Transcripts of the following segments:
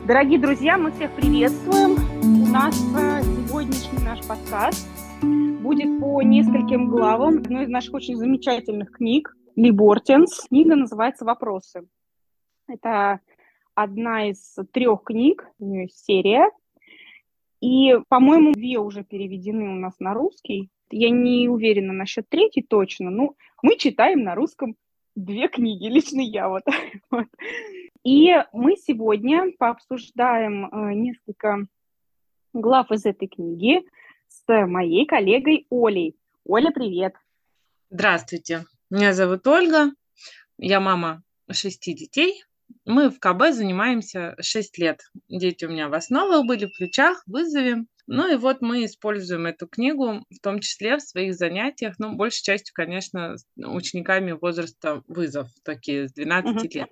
Дорогие друзья, мы всех приветствуем. У нас сегодняшний наш подкаст будет по нескольким главам одной из наших очень замечательных книг Ли Бортенс. Книга называется «Вопросы». Это одна из 3 книг, у нее есть серия. И, по-моему, 2 уже переведены у нас на русский. Я не уверена насчет 3 точно, но мы читаем на русском 2 книги, лично я вот. И мы сегодня пообсуждаем несколько глав из этой книги с моей коллегой Олей. Оля, привет! Здравствуйте, меня зовут Ольга, я мама 6 детей. Мы в КБ занимаемся 6 лет. Дети у меня в основах были, в ключах, в вызове. Ну и вот мы используем эту книгу, в том числе в своих занятиях, но большей частью, конечно, с учениками возраста вызов, такие с 12 лет.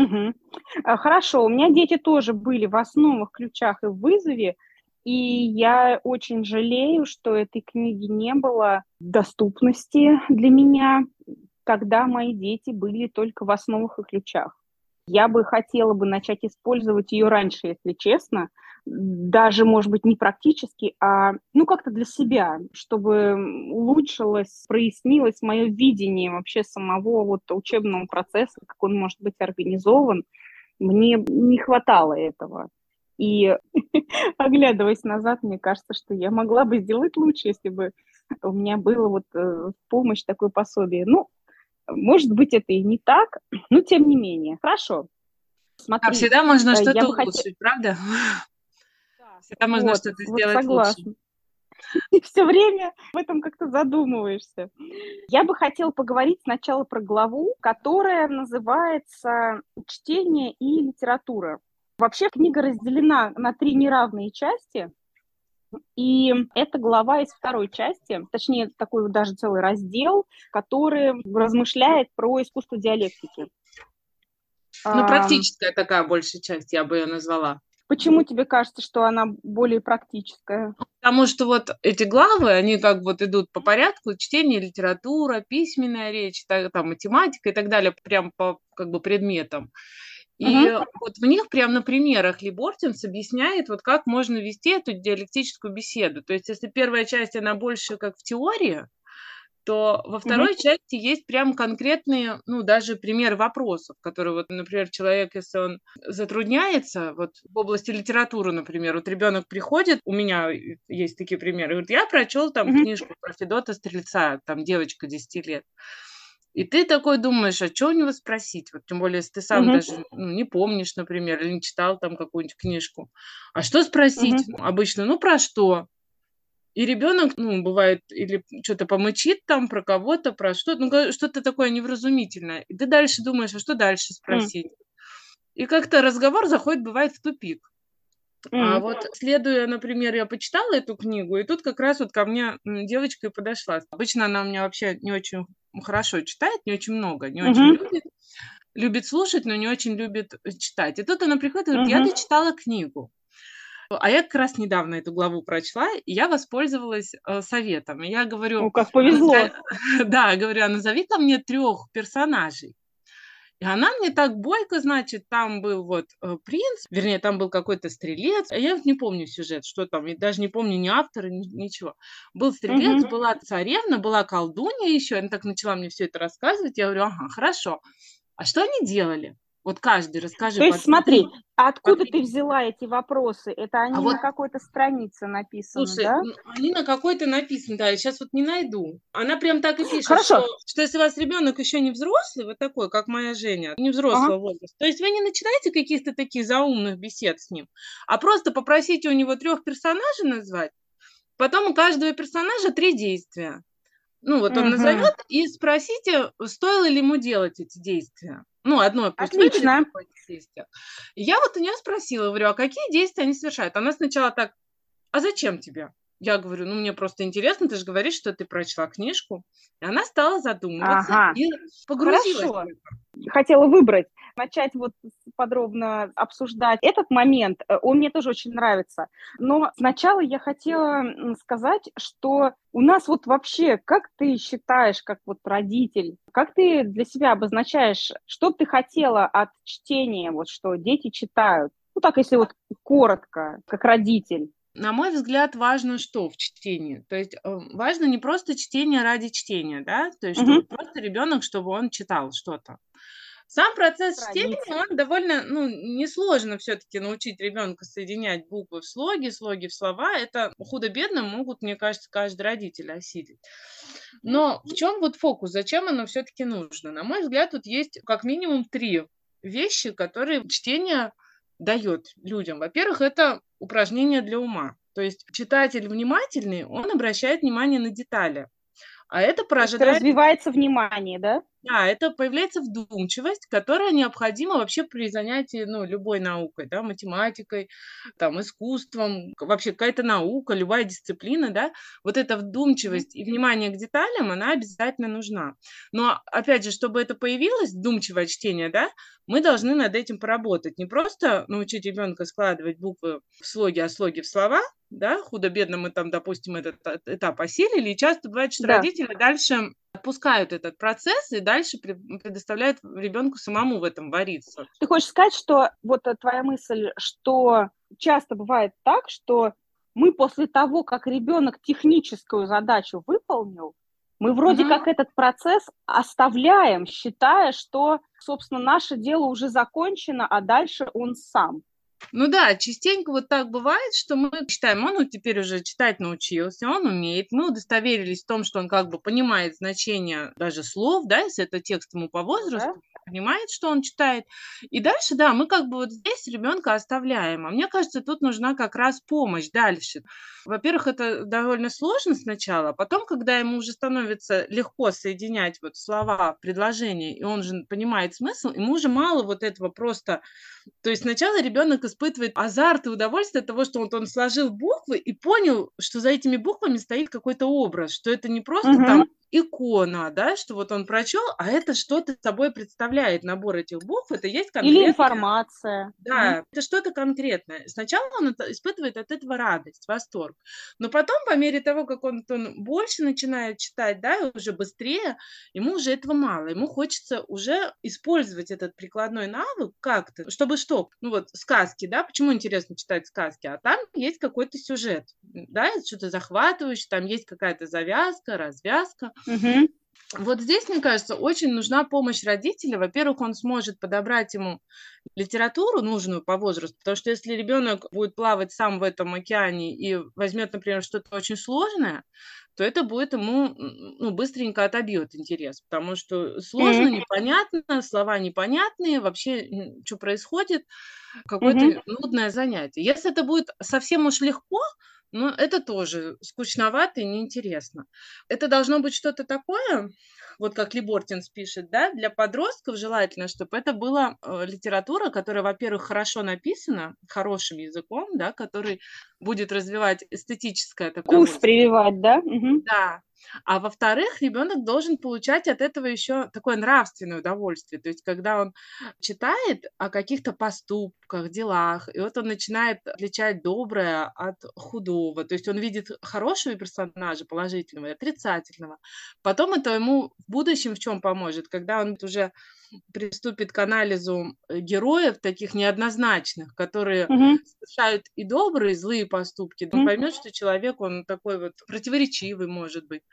Хорошо, у меня дети тоже были в основах, ключах и в вызове, и я очень жалею, что этой книги не было в доступности для меня, когда мои дети были только в основах и ключах. Я бы хотела начать использовать ее раньше, если честно, даже, может быть, не практически, а как-то для себя, чтобы улучшилось, прояснилось мое видение вообще самого учебного процесса, как он может быть организован. Мне не хватало этого. И оглядываясь назад, мне кажется, что я могла бы сделать лучше, если бы у меня было в помощь такое пособие. Может быть, это и не так, но тем не менее. Хорошо. Смотри, всегда можно я что-то бы улучшить, правда? Да, Всегда можно что-то сделать лучше. согласна. И все время в этом как-то задумываешься. Я бы хотела поговорить сначала про главу, которая называется «Чтение и литература». Вообще книга разделена на 3 неравные части, и эта глава из 2 части, точнее, такой даже целый раздел, который размышляет про искусство диалектики. Практическая такая большая часть, я бы ее назвала. Почему тебе кажется, что она более практическая? Потому что вот эти главы, они как идут по порядку: чтение, литература, письменная речь, там математика и так далее, прям по предметам. И вот в них прям на примерах Ли Бортенс объясняет, как можно вести эту диалектическую беседу. То есть если первая часть, она больше как в теории, то во второй части есть прям конкретные, даже примеры вопросов, которые например, человек, если он затрудняется в области литературы, например, ребенок приходит, у меня есть такие примеры, говорит: я прочел там книжку про Федота Стрельца, там девочка 10 лет. И ты такой думаешь, а что у него спросить? Тем более, если ты сам даже не помнишь, например, или не читал там какую-нибудь книжку. А что спросить обычно? Про что? И ребенок, бывает, или что-то помычит там про кого-то, про что-то, что-то такое невразумительное. И ты дальше думаешь, а что дальше спросить? И как-то разговор заходит, бывает, в тупик. А следуя, например, я почитала эту книгу, и тут как раз ко мне девочка и подошла. Обычно она у меня вообще не очень хорошо читает, не очень много, не очень любит слушать, но не очень любит читать. И тут она приходит и говорит: я дочитала книгу. А я как раз недавно эту главу прочла, и я воспользовалась советом. И я говорю: как повезло. Да, говорю: а назови-ка мне 3 персонажей. И она мне так бойко, значит, там был принц, вернее, там был какой-то стрелец. А я не помню сюжет, что там, и даже не помню ни автора, ничего. Был стрелец, была царевна, была колдунья еще. Она так начала мне все это рассказывать. Я говорю: ага, хорошо. А что они делали? Каждый расскажи. То есть смотри, откуда ты взяла эти вопросы? Это они на какой-то странице написаны, Слушай, да? они на какой-то написаны, да, я сейчас не найду. Она прям так и пишет, Хорошо. что если у вас ребенок еще не взрослый, такой, как моя Женя, не взрослого возраста, то есть вы не начинаете каких-то таких заумных бесед с ним, а просто попросите у него 3 персонажей назвать, потом у каждого персонажа 3 действия. Он назовет, и спросите, стоило ли ему делать эти действия. Одно пусть выберет какое-то действие. И я у нее спросила, говорю: а какие действия они совершают? Она сначала так: а зачем тебе? Я говорю: мне просто интересно, ты же говоришь, что ты прочла книжку. И она стала задумываться и погрузилась в это. Хотела выбрать, начать подробно обсуждать этот момент. Он мне тоже очень нравится. Но сначала я хотела сказать, что у нас вообще, как ты считаешь, как родитель, как ты для себя обозначаешь, что ты хотела от чтения, что дети читают? Ну, так, если вот коротко, как родитель. На мой взгляд, важно что в чтении? То есть важно не просто чтение ради чтения, да, то есть Мгм. чтобы просто ребенок, чтобы он читал что-то. Сам процесс Страниц. чтения, он довольно, несложно все-таки научить ребенка соединять буквы в слоги в слова. Это худо-бедно могут, мне кажется, каждый родитель осилить. Но в чем вот фокус? Зачем оно все-таки нужно? На мой взгляд, тут есть как минимум 3 вещи, которые чтение дает людям. Во-первых, это упражнение для ума. То есть читатель внимательный, он обращает внимание на детали. А это То есть порождает, развивается внимание, да? да, это появляется вдумчивость, которая необходима вообще при занятии, любой наукой, да, математикой, там, искусством, вообще какая-то наука, любая дисциплина, да. Вот эта Мгм. вдумчивость и внимание к деталям, она обязательно нужна. Но, опять же, чтобы это появилось, вдумчивое чтение, да, мы должны над этим поработать. Не просто научить ребенка складывать буквы в слоги, а слоги в слова, да, худо-бедно мы там, допустим, этот этап осилили, и часто бывает, что Да. родители дальше отпускают этот процесс и дальше предоставляют ребенку самому в этом вариться. Ты хочешь сказать, что вот твоя мысль, что часто бывает так, что мы после того, как ребенок техническую задачу выполнил, мы вроде Мгм. как этот процесс оставляем, считая, что, собственно, наше дело уже закончено, а дальше он сам. Ну да, частенько вот так бывает, что мы считаем, он теперь уже читать научился, он умеет. Мы удостоверились в том, что он как бы понимает значение даже слов, да, если это текст ему по Ага. возрасту, понимает, что он читает. И дальше, да, мы как бы вот здесь ребенка оставляем. А мне кажется, тут нужна как раз помощь дальше. Во-первых, это довольно сложно сначала, а потом, когда ему уже становится легко соединять вот слова, предложения, и он же понимает смысл, ему уже мало вот этого просто. То есть сначала ребенок испытывает азарт и удовольствие от того, что вот он сложил буквы и понял, что за этими буквами стоит какой-то образ, что это не просто Мгм. там икона, да, что вот он прочел, а это что-то собой представляет. Набор этих букв, это есть Или конкретная. информация. Мгм. Да, это что-то конкретное. Сначала он испытывает от этого радость, восторг. Но потом, по мере того, как он больше начинает читать, да, и уже быстрее, ему уже этого мало. Ему хочется уже использовать этот прикладной навык как-то, чтобы что? Ну вот сказки, да, почему интересно читать сказки? А там есть какой-то сюжет, да, что-то захватывающее, там есть какая-то завязка, развязка. Мгм. Вот здесь, мне кажется, очень нужна помощь родителя. Во-первых, он сможет подобрать ему литературу, нужную по возрасту, потому что если ребенок будет плавать сам в этом океане и возьмет, например, что-то очень сложное, то это будет ему, быстренько отобьет интерес, потому что сложно, Мгм. непонятно, слова непонятные, вообще, что происходит, Мгм. какое-то нудное занятие. Если это будет совсем уж легко, это тоже скучновато и неинтересно. Это должно быть что-то такое, вот как Либортинс пишет, да, для подростков желательно, чтобы это была литература, которая, во-первых, хорошо написана, хорошим языком, да, который будет развивать эстетическое такое Вкус удовольствие. прививать, да? Мгм. Да. А во-вторых, ребенок должен получать от этого еще такое нравственное удовольствие. То есть, когда он читает о каких-то поступках, делах, и вот он начинает отличать доброе от худого. То есть он видит хорошего персонажа, положительного и отрицательного. Потом это ему в будущем в чем поможет, когда он уже приступит к анализу героев таких неоднозначных, которые Мгм. совершают и добрые, и злые поступки. Он Мгм. поймет, что человек, он такой вот противоречивый, может быть.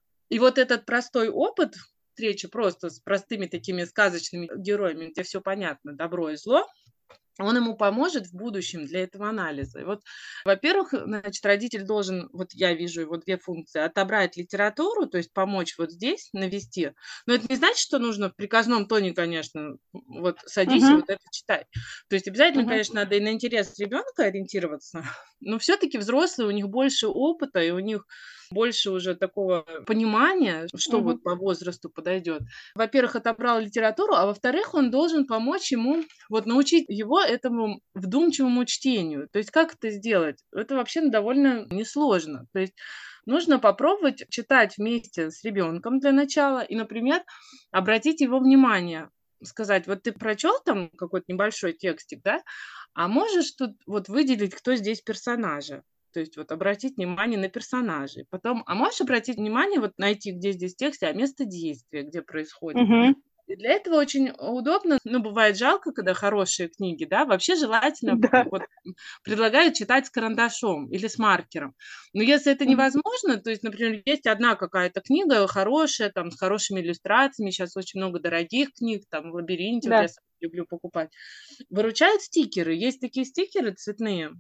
И вот этот простой опыт встречи просто с простыми такими сказочными героями, где все понятно, добро и зло, он ему поможет в будущем для этого анализа. И вот, во-первых, значит, родитель должен, вот я вижу его 2 функции: отобрать литературу, то есть помочь вот здесь навести. Но это не значит, что нужно в приказном тоне, конечно, вот садись и Мгм. вот это читай. То есть обязательно, Мгм. конечно, надо и на интерес ребенка ориентироваться, но все-таки взрослые, у них больше опыта, и у них больше уже такого понимания, что Мгм. вот по возрасту подойдет. Во-первых, отобрал литературу, а во-вторых, он должен помочь ему, вот научить его этому вдумчивому чтению. То есть как это сделать? Это вообще довольно несложно. То есть нужно попробовать читать вместе с ребенком для начала и, например, обратить его внимание, сказать: вот ты прочел там какой-то небольшой текстик, да, а можешь тут вот выделить, кто здесь персонажи? То есть вот обратить внимание на персонажей. Потом, а можешь обратить внимание, вот найти, где здесь в тексте, а место действия, где происходит. Мгм. И для этого очень удобно, ну, бывает жалко, когда хорошие книги, да, вообще желательно, Да. вот, предлагают читать с карандашом или с маркером. Но если это Мгм. невозможно, то есть, например, есть одна какая-то книга хорошая, там, с хорошими иллюстрациями, сейчас очень много дорогих книг, там, в «Лабиринте», вот я Да. сама люблю покупать, выручают стикеры. Есть такие стикеры цветные,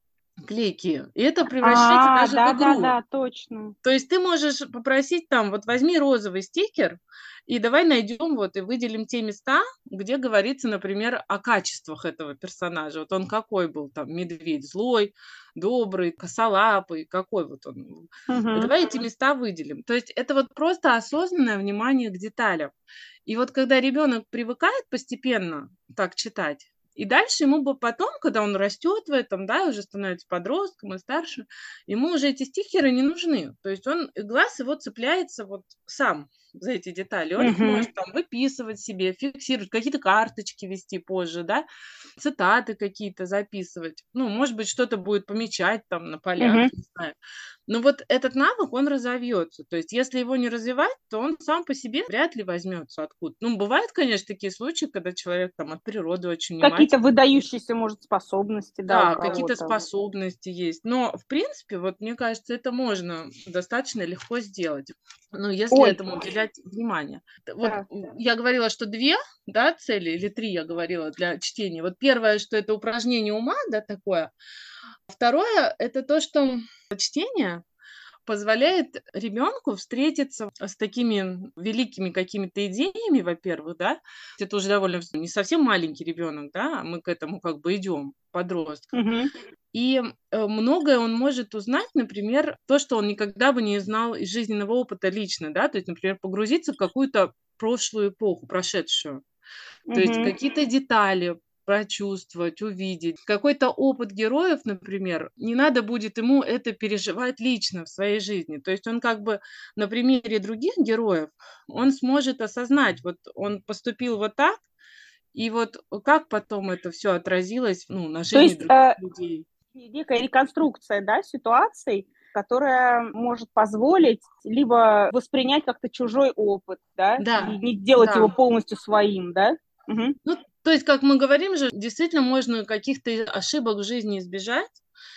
клейкие, и это превращается даже в игру. Да-да-да, точно. То есть ты можешь попросить там: "Вот возьми розовый стикер и давай найдем вот и выделим те места, где говорится, например, о качествах этого персонажа. Вот он какой был там: медведь злой, добрый, косолапый, какой вот он был. И Мгм. давай эти места выделим". То есть это вот просто осознанное внимание к деталям. И вот когда ребенок привыкает постепенно так читать, и дальше ему бы потом, когда он растет в этом, да, уже становится подростком и старше, ему уже эти стикеры не нужны. То есть он, глаз его цепляется вот сам за эти детали. Он их Мгм. может там выписывать себе, фиксировать, какие-то карточки вести позже, да, цитаты какие-то записывать. Ну, может быть, что-то будет помечать там на полях, Мгм. не знаю. Но вот этот навык, он разовьется. То есть если его не развивать, то он сам по себе вряд ли возьмется откуда. Ну, бывают, конечно, такие случаи, когда человек там от природы очень Какие-то внимательный. выдающиеся, может, способности, да, у Да, какие-то кого-то. способности есть. Но, в принципе, вот мне кажется, это можно достаточно легко сделать, ну, если Ой, этому уделять внимание. Вот да. я говорила, что 2, да, цели или 3 я говорила для чтения. Вот первое, что это упражнение ума, да, такое. Второе- это то, что чтение позволяет ребенку встретиться с такими великими какими-то идеями, во-первых, да. Это уже довольно не совсем маленький ребенок, да, а мы к этому как бы идем, подростка. Мгм. И, многое он может узнать, например, то, что он никогда бы не знал из жизненного опыта лично, да. То есть, например, погрузиться в какую-то прошлую эпоху, прошедшую. То есть Мгм. какие-то детали прочувствовать, увидеть. Какой-то опыт героев, например, не надо будет ему это переживать лично в своей жизни. То есть он как бы на примере других героев, он сможет осознать, вот он поступил вот так, и вот как потом это все отразилось, ну, на То жизни есть, других людей. некая реконструкция, да, ситуаций, которая может позволить либо воспринять как-то чужой опыт, да, Да, и не делать да. его полностью своим, да? Мгм. Ну, то есть, как мы говорим же, действительно можно каких-то ошибок в жизни избежать,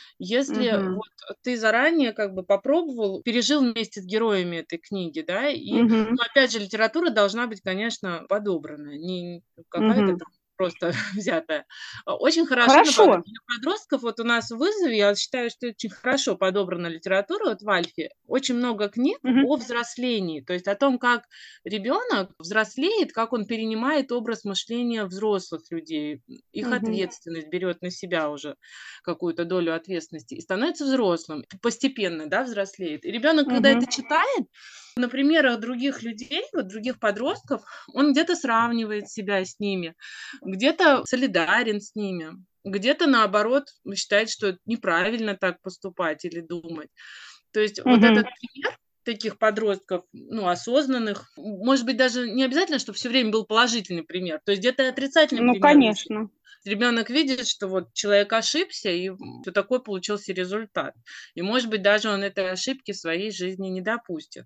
если Мгм. вот ты заранее как бы попробовал, пережил вместе с героями этой книги, да. И, Мгм. ну, опять же, литература должна быть, конечно, подобранная, не какая-то Мгм. там просто взятая. Очень хорошо Хорошо. для подростков, вот у нас в вызове, я считаю, что очень хорошо подобрана литература, вот в Альфе. Очень много книг Мгм. о взрослении, то есть о том, как ребенок взрослеет, как он перенимает образ мышления взрослых людей, их Мгм. ответственность, берет на себя уже какую-то долю ответственности и становится взрослым, постепенно, да, взрослеет. И ребенок, когда Мгм. это читает, на примерах других людей, вот других подростков, он где-то сравнивает себя с ними, где-то солидарен с ними, где-то, наоборот, считает, что это неправильно так поступать или думать. То есть вот Мгм. этот пример таких подростков, ну, осознанных, может быть, даже не обязательно, чтобы все время был положительный пример. То есть где-то и отрицательный Ну, пример лучше. конечно. Ребенок видит, что вот человек ошибся, и вот такой получился результат. И, может быть, даже он этой ошибки в своей жизни не допустит.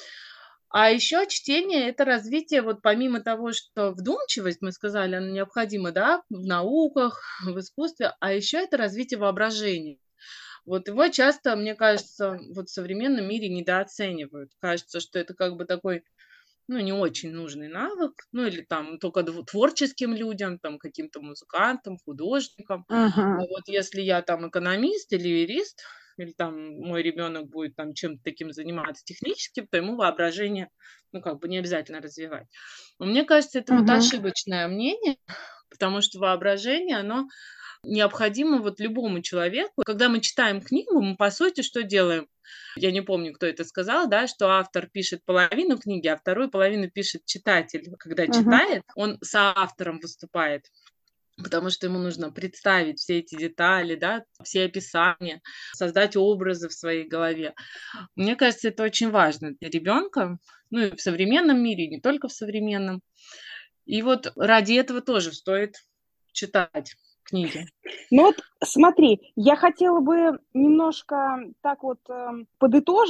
А еще чтение- это развитие, вот помимо того, что вдумчивость, мы сказали, она необходима, да, в науках, в искусстве, а еще это развитие воображения. Вот его часто, мне кажется, вот в современном мире недооценивают. Кажется, что это как бы такой, ну, не очень нужный навык, ну, или там только творческим людям, там, каким-то музыкантам, художникам. А Мгм. вот если я там экономист или юрист, или там мой ребенок будет там чем-то таким заниматься техническим, то ему воображение, ну, как бы не обязательно развивать. Но мне кажется, это вот Мгм. ошибочное мнение, потому что воображение, оно необходимо вот любому человеку. Когда мы читаем книгу, мы, по сути, что делаем? Я не помню, кто это сказал, да, что автор пишет половину книги, а вторую половину пишет читатель. Когда Мгм. читает, он соавтором выступает, потому что ему нужно представить все эти детали, да, все описания, создать образы в своей голове. Мне кажется, это очень важно для ребенка, ну и в современном мире, и не только в современном. И вот ради этого тоже стоит читать книги. Ну вот смотри, я хотела бы немножко так вот, подытожить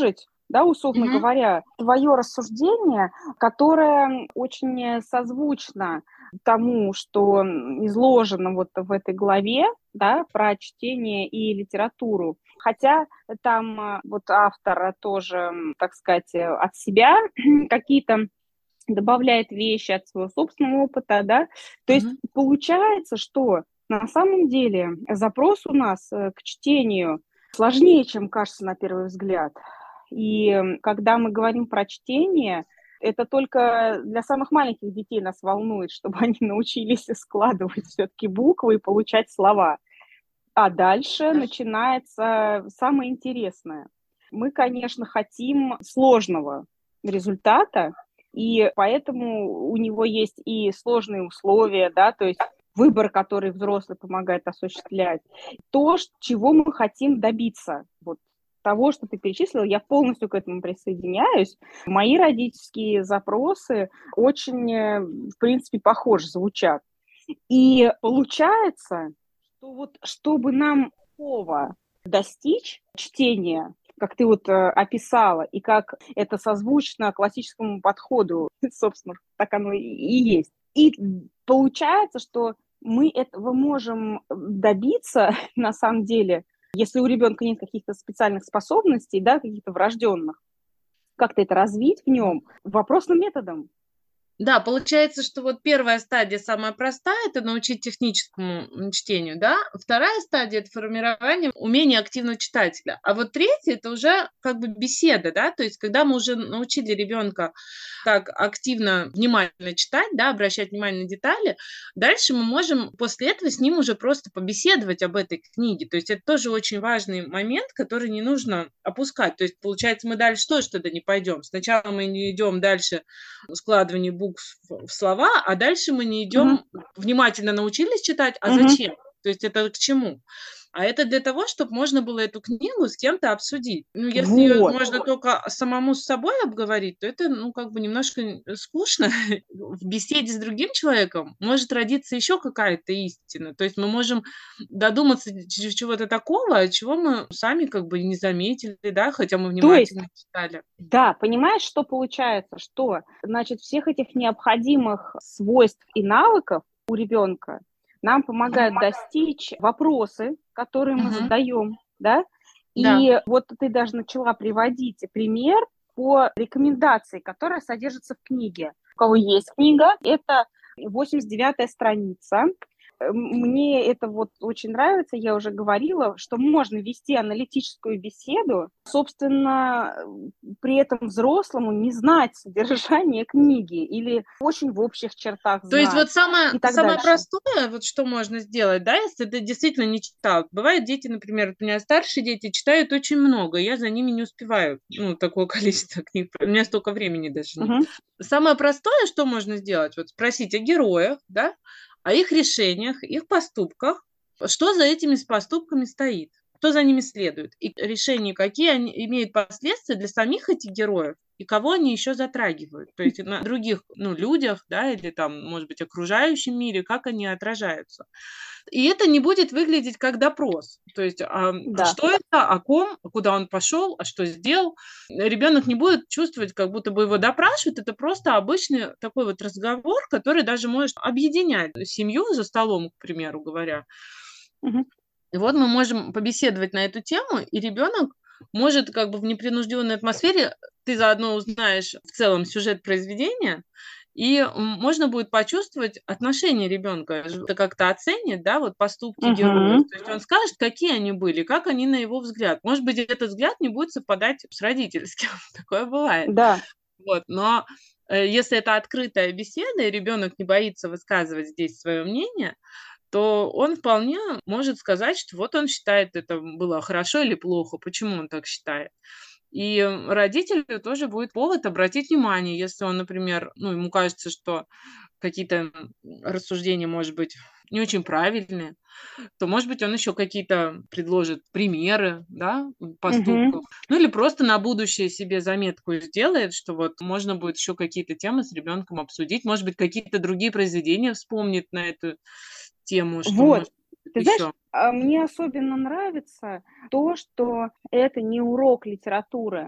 да, условно Мгм. говоря, твое рассуждение, которое очень созвучно тому, что изложено вот в этой главе, да, про чтение и литературу. Хотя там вот автор тоже, так сказать, от себя какие-то добавляет вещи от своего собственного опыта, да. То есть Мгм. получается, что на самом деле запрос у нас к чтению сложнее, чем кажется на первый взгляд. И когда мы говорим про чтение, это только для самых маленьких детей нас волнует, чтобы они научились складывать все-таки буквы и получать слова. А дальше начинается самое интересное. Мы, конечно, хотим сложного результата, и поэтому у него есть и сложные условия, да, то есть выбор, который взрослый помогает осуществлять, то, чего мы хотим добиться. Вот того, что ты перечислила, я полностью к этому присоединяюсь. Мои родительские запросы очень, в принципе, похоже звучат. И получается, что вот чтобы нам такого достичь чтения, как ты вот описала, и как это созвучно классическому подходу, собственно, так оно и есть. И получается, что мы этого можем добиться на самом деле, если у ребенка нет каких-то специальных способностей, да, каких-то врожденных, как-то это развить в нем вопросным методом. Да, получается, что вот первая стадия самая простая — это научить техническому чтению, да. Вторая стадия — это формирование умения активного читателя. А вот третья — это уже как бы беседа, да, то есть когда мы уже научили ребенка так активно, внимательно читать, да, обращать внимание на детали, дальше мы можем после этого с ним уже просто побеседовать об этой книге. То есть это тоже очень важный момент, который не нужно опускать. То есть, получается, мы дальше тоже туда не пойдем. Сначала мы не идем дальше складывание букв в слова, а дальше мы не Мгм. идем, внимательно научились читать, а Мгм. зачем? То есть это к чему? А это для того, чтобы можно было эту книгу с кем-то обсудить. Ну, если ее Вот. можно только самому с собой обговорить, то это, ну, как бы немножко скучно. В беседе с другим человеком может родиться еще какая-то истина. То есть мы можем додуматься чего-то такого, чего мы сами как бы и не заметили, да, хотя мы То есть, внимательно читали. да, понимаешь, что получается? Что, значит, всех этих необходимых свойств и навыков у ребенка нам помогают достичь вопросы, которые мы Мгм. задаем, да? Да. И вот ты даже начала приводить пример по рекомендации, которая содержится в книге. У кого есть книга, это 89-я страница. Мне это вот очень нравится, я уже говорила, что можно вести аналитическую беседу, собственно, при этом взрослому не знать содержание книги или очень в общих чертах То есть знать вот самое и так самое дальше. простое, вот что можно сделать, да, если ты действительно не читал. Бывают дети, например, вот у меня старшие дети читают очень много, я за ними не успеваю, ну, такое количество книг, у меня столько времени даже нет. Мгм. Самое простое, что можно сделать, вот спросить о героях, да, о их решениях, их поступках, что за этими поступками стоит, что за ними следует, и решения, какие они имеют последствия для самих этих героев, и кого они еще затрагивают. То есть на других, ну, людях, да, или там, может быть, окружающем мире, как они отражаются. И это не будет выглядеть как допрос. То есть, Да. что это, о ком, куда он пошел, а что сделал. Ребенок не будет чувствовать, как будто бы его допрашивают. Это просто обычный такой вот разговор, который даже может объединять семью за столом, к примеру говоря. Мгм. И вот мы можем побеседовать на эту тему, и ребенок может как бы в непринужденной атмосфере, ты заодно узнаешь в целом сюжет произведения, и можно будет почувствовать отношение ребенка. Это как-то оценит, да, вот поступки героев. Мгм. То есть он скажет, какие они были, как они на его взгляд. Может быть, этот взгляд не будет совпадать с родительским. Такое бывает. Да. Вот, но если это открытая беседа, и ребенок не боится высказывать здесь свое мнение, то он вполне может сказать, что вот он считает, это было хорошо или плохо, почему он так считает. И родителю тоже будет повод обратить внимание, если он, например, ну, ему кажется, что какие-то рассуждения, может быть, не очень правильные, то, может быть, он еще какие-то предложит примеры, да, Мгм. поступков. Ну или просто на будущее себе заметку сделает, что вот можно будет еще какие-то темы с ребенком обсудить, может быть, какие-то другие произведения вспомнит на эту тему, что Вот. может быть Ты знаешь, еще. мне особенно нравится то, что это не урок литературы.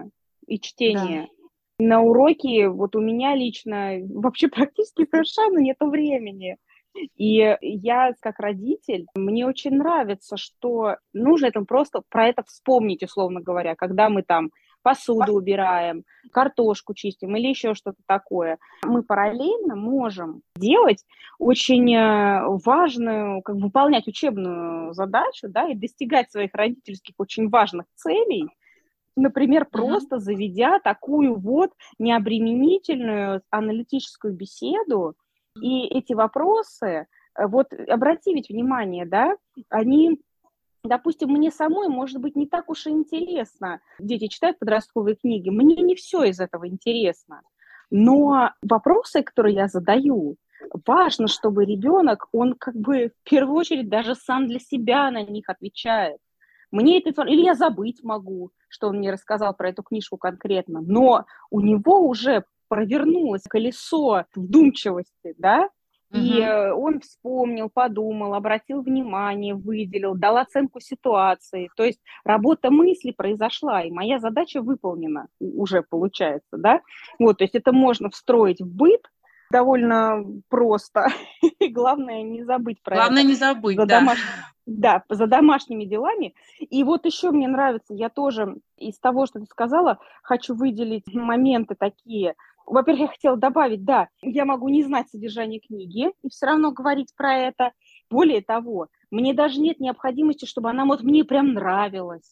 и Да. чтение. На уроки вот у меня лично вообще практически совершенно нету времени. И я, как родитель, мне очень нравится, что нужно это просто про это вспомнить, условно говоря, когда мы там посуду убираем, картошку чистим или еще что-то такое. Мы параллельно можем делать очень важную, как бы выполнять учебную задачу, да, и достигать своих родительских очень важных целей, например, Мгм. просто заведя такую вот необременительную аналитическую беседу, и эти вопросы, вот обрати ведь внимание, да, они, допустим, мне самой, может быть, не так уж и интересно. Дети читают подростковые книги, мне не все из этого интересно. Но вопросы, которые я задаю, важно, чтобы ребенок, он как бы в первую очередь даже сам для себя на них отвечает. Мне это или я забыть могу, что он мне рассказал про эту книжку конкретно, но у него уже провернулось колесо вдумчивости, да, и Мгм. он вспомнил, подумал, обратил внимание, выделил, дал оценку ситуации. То есть работа мысли произошла, и моя задача выполнена уже получается, да. Вот, то есть это можно встроить в быт довольно просто. Главное не забыть про Главное это не забыть, за да. да, за домашними делами. И вот еще мне нравится, я тоже из того, что ты сказала, хочу выделить моменты такие. Во-первых, я хотела добавить, да, я могу не знать содержание книги и все равно говорить про это. Более того, мне даже нет необходимости, чтобы она вот мне прям нравилась.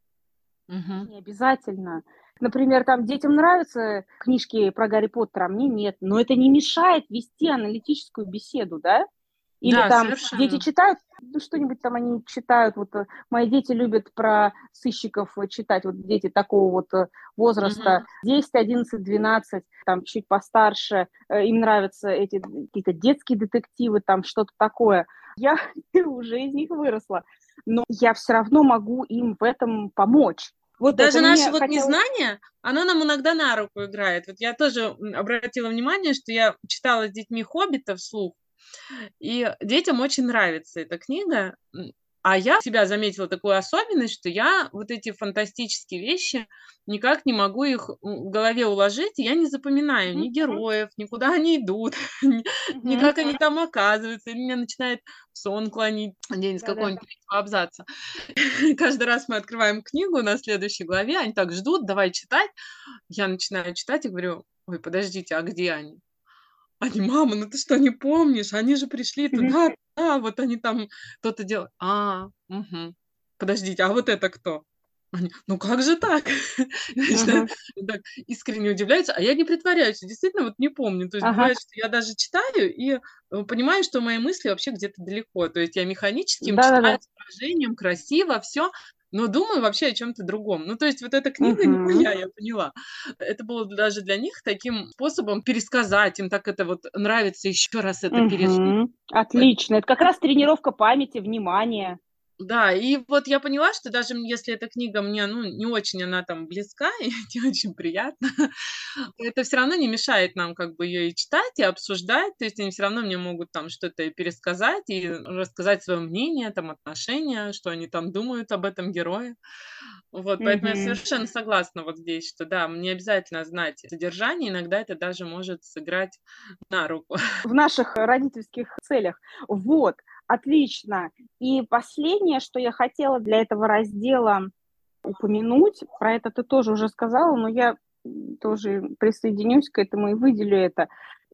Мгм. Не обязательно. Например, там детям нравятся книжки про Гарри Поттера, а мне нет. Но это не мешает вести аналитическую беседу, да? Или Да, там дети совершенно. читают, ну, что-нибудь там они читают, вот мои дети любят про сыщиков читать, вот дети такого вот возраста, Мгм. 10, 11, 12, там чуть постарше, им нравятся эти какие-то детские детективы, там что-то такое. Я уже из них выросла, но я все равно могу им в этом помочь. Вот это Даже наше мне вот хотелось. незнание, оно нам иногда на руку играет. Вот я тоже, обратила внимание, что я читала с детьми "Хоббита" вслух, и детям очень нравится эта книга. А я себя заметила такую особенность, что я вот эти фантастические вещи никак не могу их в голове уложить, и я не запоминаю Мгм, ни героев, ни куда они идут, ни мгм, как они там оказываются, или меня начинает в сон клонить где-нибудь с да-да. какого-нибудь третьего абзаца. Каждый раз мы открываем книгу на следующей главе, они так ждут: "Давай читать". Я начинаю читать и говорю: "Ой, подождите, а где они?" Они: "Мама, ну ты что, не помнишь? Они же пришли Мгм, туда, да, вот они там то-то делают". Мгм. Подождите, а вот это кто? Они: "Ну как же так?" Начинают мгм, так искренне удивляются, а я не притворяюсь, что действительно вот не помню. То есть ага, бывает, что я даже читаю и, понимаю, что мои мысли вообще где-то далеко. То есть я механически им да-да-да. читаю с выражением, красиво, все, но думаю вообще о чем то другом. Ну, то есть вот эта книга не Мгм, моя, я поняла. Это было даже для них таким способом пересказать. Им так это вот нравится еще раз это пережить. мгм. Отлично. Это как раз тренировка памяти, внимания. Да, и вот я поняла, что даже если эта книга мне, ну, не очень она там близка и не очень приятна, это все равно не мешает нам как бы ее и читать, и обсуждать. То есть они все равно мне могут там что-то и пересказать, и рассказать свое мнение, там, отношения, что они там думают об этом герое. Вот, поэтому я Мгм. совершенно согласна вот здесь, что да, мне обязательно знать содержание, иногда это даже может сыграть на руку. В наших родительских целях. Вот, отлично. И последнее, что я хотела для этого раздела упомянуть, про это ты тоже уже сказала, но я тоже присоединюсь к этому и выделю это,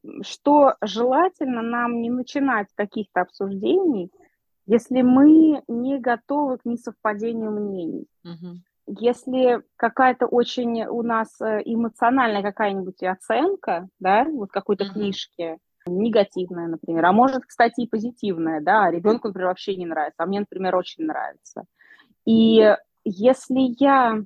что желательно нам не начинать каких-то обсуждений, если мы не готовы к несовпадению мнений. Мгм. Если какая-то очень у нас эмоциональная какая-нибудь оценка, да, вот какой-то Мгм. книжки, негативная, например, а может, кстати, и позитивная, да, а ребенку, например, вообще не нравится, а мне, например, очень нравится. И если я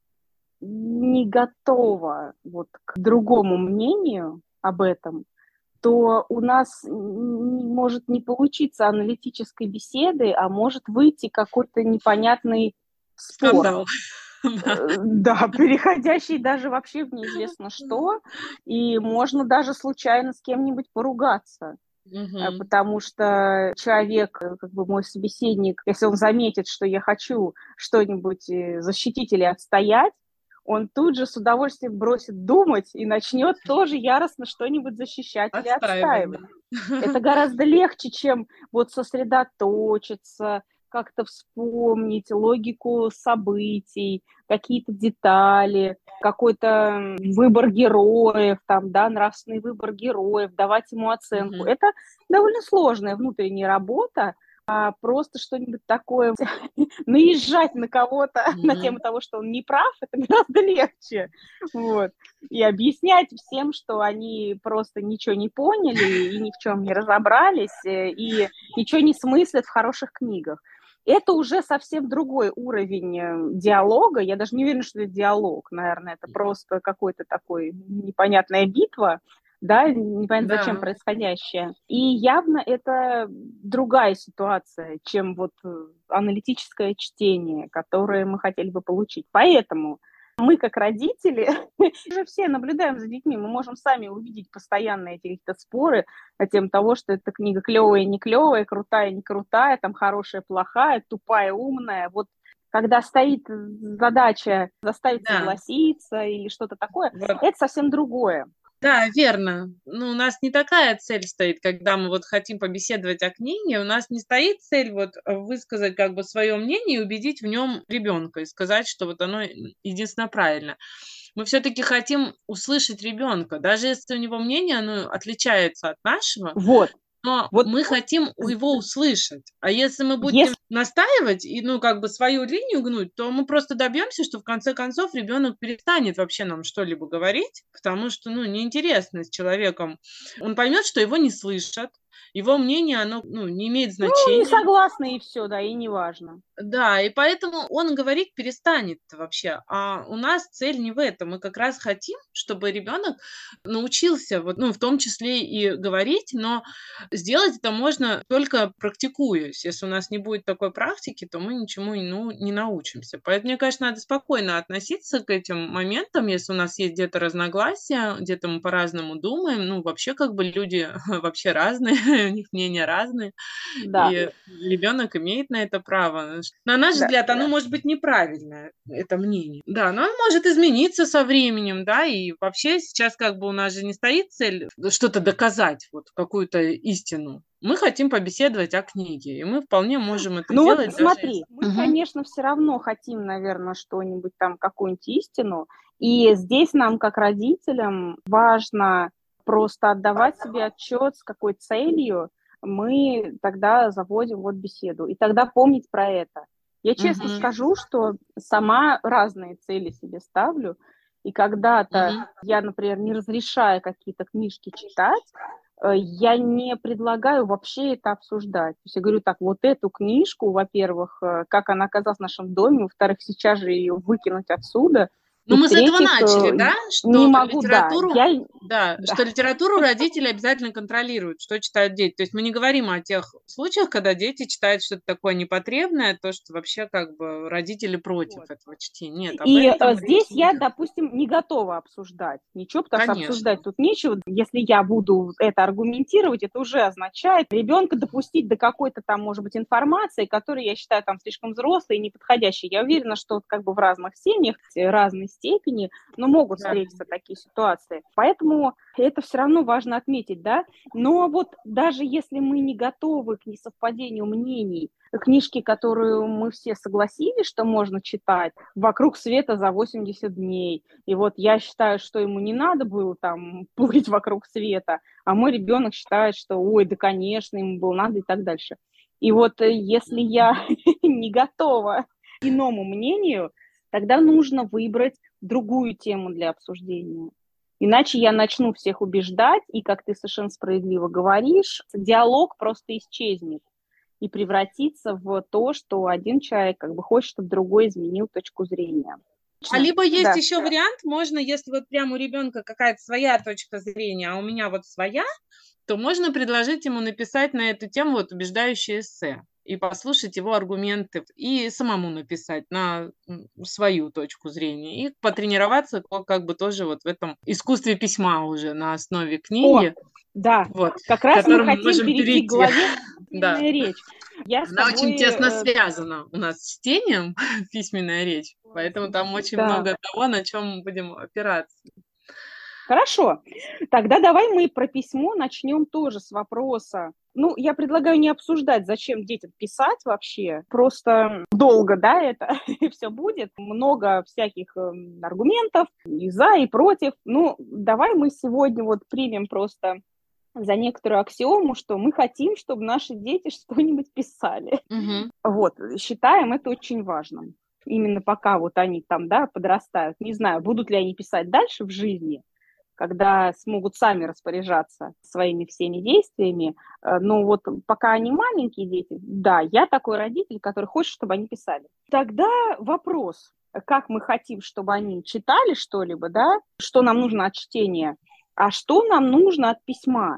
не готова вот к другому мнению об этом, то у нас может не получиться аналитической беседы, а может выйти какой-то непонятный спор. Скандал. Да. Да, переходящий даже вообще в неизвестно что, и можно даже случайно с кем-нибудь поругаться, Мгм. потому что человек, как бы мой собеседник, если он заметит, что я хочу что-нибудь защитить или отстоять, он тут же с удовольствием бросит думать и начнет тоже яростно что-нибудь защищать или Отстаивать, отстаивать. Это да. гораздо легче, чем вот сосредоточиться, как-то вспомнить логику событий, какие-то детали, какой-то выбор героев, там, да, нравственный выбор героев, давать ему оценку. Мгм. Это довольно сложная внутренняя работа, а просто что-нибудь такое, наезжать на кого-то на Мгм. тему того, что он не прав, это гораздо легче. Вот. И объяснять всем, что они просто ничего не поняли и ни в чем не разобрались, и ничего не смыслят в хороших книгах. Это уже совсем другой уровень диалога. Я даже не уверена, что это диалог, наверное, это просто какой-то такой непонятная битва, да, непонятно зачем Да. происходящее. И явно это другая ситуация, чем вот аналитическое чтение, которое мы хотели бы получить. Поэтому мы, как родители, уже все наблюдаем за детьми, мы можем сами увидеть постоянно эти какие-то споры на тему того, что эта книга клевая, не клевая, крутая, не крутая, там хорошая, плохая, тупая, умная. Вот когда стоит задача заставить Да. согласиться или что-то такое, Вот. это совсем другое. Да, верно. Ну, у нас не такая цель стоит, когда мы вот хотим побеседовать о книге. У нас не стоит цель вот высказать как бы свое мнение и убедить в нем ребенка и сказать, что вот оно единственно правильно. Мы все-таки хотим услышать ребенка, даже если у него мнение, оно отличается от нашего, Вот, но вот мы хотим у его услышать. А если мы будем если настаивать и, ну, как бы свою линию гнуть, то мы просто добьемся, что в конце концов ребенок перестанет вообще нам что-либо говорить, потому что, ну, неинтересно с человеком. Он поймет, что его не слышат, его мнение, оно, ну, не имеет ну, не значения. согласна и все, да, и не важно. Да, и поэтому он говорить перестанет вообще. А у нас цель не в этом. Мы как раз хотим, чтобы ребенок научился, вот, ну, в том числе и говорить, но сделать это можно только практикуясь. Если у нас не будет такой практики, то мы ничему ну, не научимся. Поэтому, мне кажется, надо спокойно относиться к этим моментам, если у нас есть где-то разногласия, где-то мы по-разному думаем. Ну, вообще, как бы люди вообще разные, у них мнения разные. Да, И ребенок имеет на это право. На наш да. взгляд, оно может быть неправильное, это мнение. Да, но оно может измениться со временем, да, и вообще сейчас как бы у нас же не стоит цель что-то доказать, вот какую-то истину. Мы хотим побеседовать о книге, и мы вполне можем это Ну вот делать даже если... смотри, мы, Мгм. конечно, все равно хотим, наверное, что-нибудь там, какую-нибудь истину, и здесь нам, как родителям, важно просто отдавать себе отчет, с какой целью мы тогда заводим вот беседу, и тогда помнить про это. Я честно Мгм. скажу, что сама разные цели себе ставлю, и когда-то Мгм. я, например, не разрешаю какие-то книжки читать, я не предлагаю вообще это обсуждать. То есть я говорю так, вот эту книжку, во-первых, как она оказалась в нашем доме, во-вторых, сейчас же ее выкинуть отсюда, Ну, и мы с этого в-третьих, начали, да, не что могу, да, литературу, я, да, да, что литературу родители обязательно контролируют, что читают дети. То есть мы не говорим о тех случаях, когда дети читают что-то такое непотребное, то, что вообще как бы родители против вот. этого чтения. Нет, об И этом речь здесь не я, идет. допустим, не готова обсуждать ничего, потому что обсуждать Конечно. тут нечего. Если я буду это аргументировать, это уже означает ребенка допустить до какой-то там, может быть, информации, которую я считаю там слишком взрослой и неподходящей. Я уверена, что как бы в разных семьях разной степени, но могут Да. встретиться такие ситуации. Поэтому это все равно важно отметить, да. Но вот даже если мы не готовы к несовпадению мнений, книжки, которую мы все согласились, что можно читать, «Вокруг света за 80 дней». И вот я считаю, что ему не надо было там плыть вокруг света, а мой ребенок считает, что ой, да, конечно, ему было надо и так дальше. И вот если я не готова к иному мнению, тогда нужно выбрать другую тему для обсуждения. Иначе я начну всех убеждать, и, как ты совершенно справедливо говоришь, диалог просто исчезнет и превратиться в то, что один человек как бы хочет, чтобы другой изменил точку зрения. А либо есть Да. еще вариант, можно, если вот прямо у ребенка какая-то своя точка зрения, а у меня вот своя, то можно предложить ему написать на эту тему вот убеждающее эссе. и послушать его аргументы, и самому написать на свою точку зрения, и потренироваться как бы тоже вот в этом искусстве письма уже на основе О, книги, да, вот, как к раз мы которому мы хотим можем перейти к перейти. главе Да. «Письменная речь». Я с Она очень тобой, тесно связана у нас с чтением, письменная речь, поэтому там очень да. много того, на чем мы будем опираться. Хорошо. Тогда давай мы про письмо начнем тоже с вопроса. Ну, я предлагаю не обсуждать, зачем детям писать вообще. Просто долго, да, это все будет. Много всяких аргументов и за, и против. Ну, давай мы сегодня вот примем просто за некоторую аксиому, что мы хотим, чтобы наши дети что-нибудь писали. Мгм. Вот, считаем это очень важным. Именно пока вот они там, да, подрастают. Не знаю, будут ли они писать дальше в жизни, когда смогут сами распоряжаться своими всеми действиями. Но вот пока они маленькие дети, да, я такой родитель, который хочет, чтобы они писали. Тогда вопрос, как мы хотим, чтобы они читали что-либо, да, что нам нужно от чтения, а что нам нужно от письма.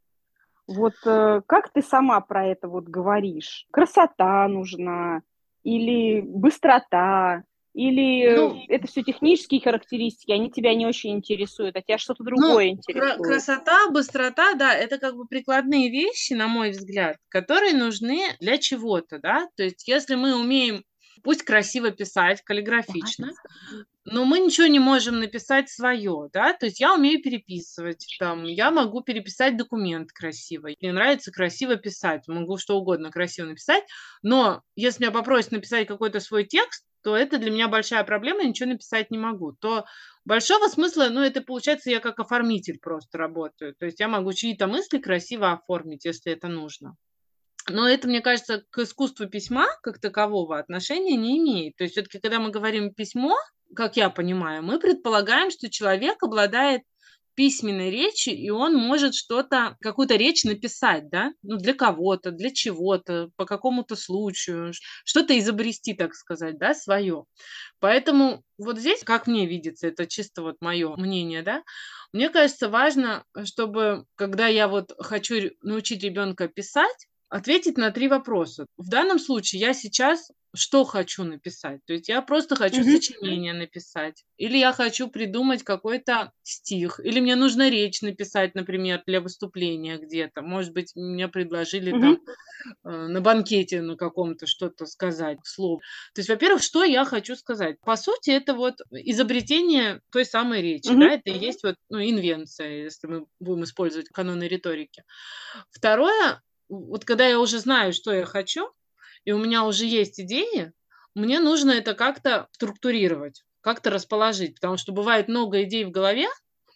Вот как ты сама про это вот говоришь? Красота нужна или быстрота, или Ну, это все технические характеристики, они тебя не очень интересуют, а тебя что-то Ну, другое интересует? красота, быстрота, да, это как бы прикладные вещи, на мой взгляд, которые нужны для чего-то, да. То есть, если мы умеем, пусть красиво писать, каллиграфично, но мы ничего не можем написать свое, да. То есть я умею переписывать, там, я могу переписать документ красиво. Мне нравится красиво писать, могу что угодно красиво написать, но если меня попросят написать какой-то свой текст, то это для меня большая проблема, я ничего написать не могу. То большого смысла, ну, это получается, я как оформитель просто работаю. То есть я могу чьи-то мысли красиво оформить, если это нужно. Но это, мне кажется, к искусству письма как такового отношения не имеет. То есть все-таки, когда мы говорим письмо, как я понимаю, мы предполагаем, что человек обладает письменной речью, и он может что-то, какую-то речь написать, да, ну, для кого-то, для чего-то, по какому-то случаю, что-то изобрести, так сказать, да, свое. Поэтому вот здесь, как мне видится, это чисто вот мое мнение, да, мне кажется, важно, чтобы, когда я вот хочу научить ребенка писать, ответить на 3 вопроса. В данном случае я сейчас что хочу написать? То есть я просто хочу Мгм. сочинение написать, или я хочу придумать какой-то стих, или мне нужно речь написать, например, для выступления где-то. Может быть, мне предложили Мгм. там на банкете на каком-то что-то сказать вслух. То есть, во-первых, что я хочу сказать? По сути, это вот изобретение той самой речи, Мгм. да, это и есть вот, ну, инвенция, если мы будем использовать каноны риторики. Второе, вот когда я уже знаю, что я хочу, и у меня уже есть идеи, мне нужно это как-то структурировать, как-то расположить, потому что бывает много идей в голове,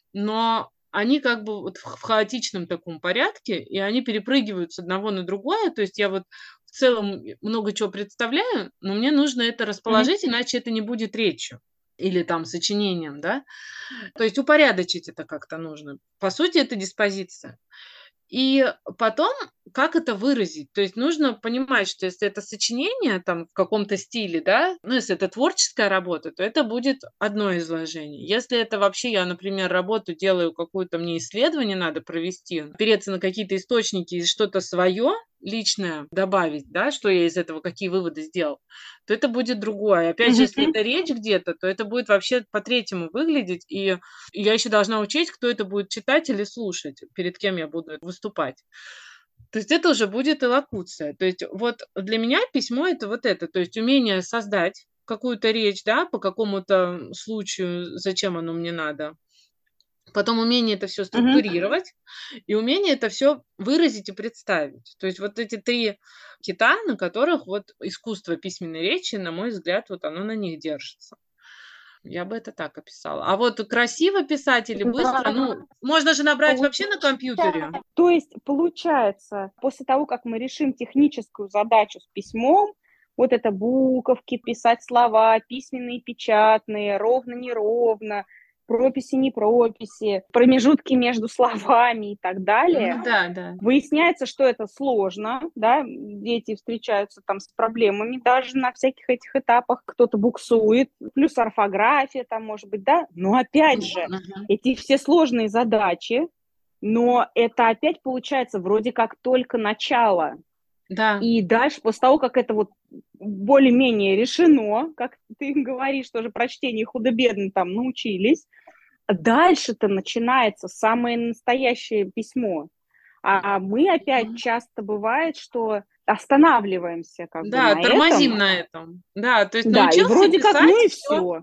но они как бы вот в хаотичном таком порядке, и они перепрыгивают с одного на другое. То есть я вот в целом много чего представляю, но мне нужно это Мгм. расположить, иначе это не будет речью или там сочинением, да. То есть упорядочить это как-то нужно. По сути, это диспозиция. И потом, как это выразить? То есть нужно понимать, что если это сочинение там в каком-то стиле, да, ну, если это творческая работа, то это будет одно изложение. Если это вообще я, например, работу делаю какую-то, мне исследование надо провести, опереться на какие-то источники и что-то свое личное добавить, да, что я из этого, какие выводы сделал, то это будет другое. Опять же, если Мгм. это речь где-то, то это будет вообще по-третьему выглядеть, и я еще должна учесть, кто это будет читать или слушать, перед кем я буду выступать. То есть это уже будет элокуция. То есть вот для меня письмо это вот это, то есть умение создать какую-то речь, да, по какому-то случаю, зачем оно мне надо. Потом умение это все Мгм. структурировать и умение это все выразить и представить. То есть вот эти 3 кита, на которых вот искусство письменной речи, на мой взгляд, вот оно на них держится. Я бы это так описала. А вот красиво писать или быстро, Да, ну, можно же набрать вообще на компьютере. получается. То есть, получается, после того, как мы решим техническую задачу с письмом, вот это буковки, писать слова, письменные, печатные, ровно, неровно, прописи, не прописи, промежутки между словами и так далее, Ну да, да. выясняется, что это сложно, да, дети встречаются там с проблемами даже на всяких этих этапах, кто-то буксует, плюс орфография там может быть, да, но опять же, Мгм. эти все сложные задачи, но это опять получается вроде как только начало. Да, И дальше, после того, как это вот более-менее решено, как ты говоришь, тоже прочтение худо-бедно там научились, дальше-то начинается самое настоящее письмо. А мы опять мгм. часто бывает, что останавливаемся как бы Да, на тормозим этом, на этом. Да, то есть да, и научился вроде как, писать, ну и все. все.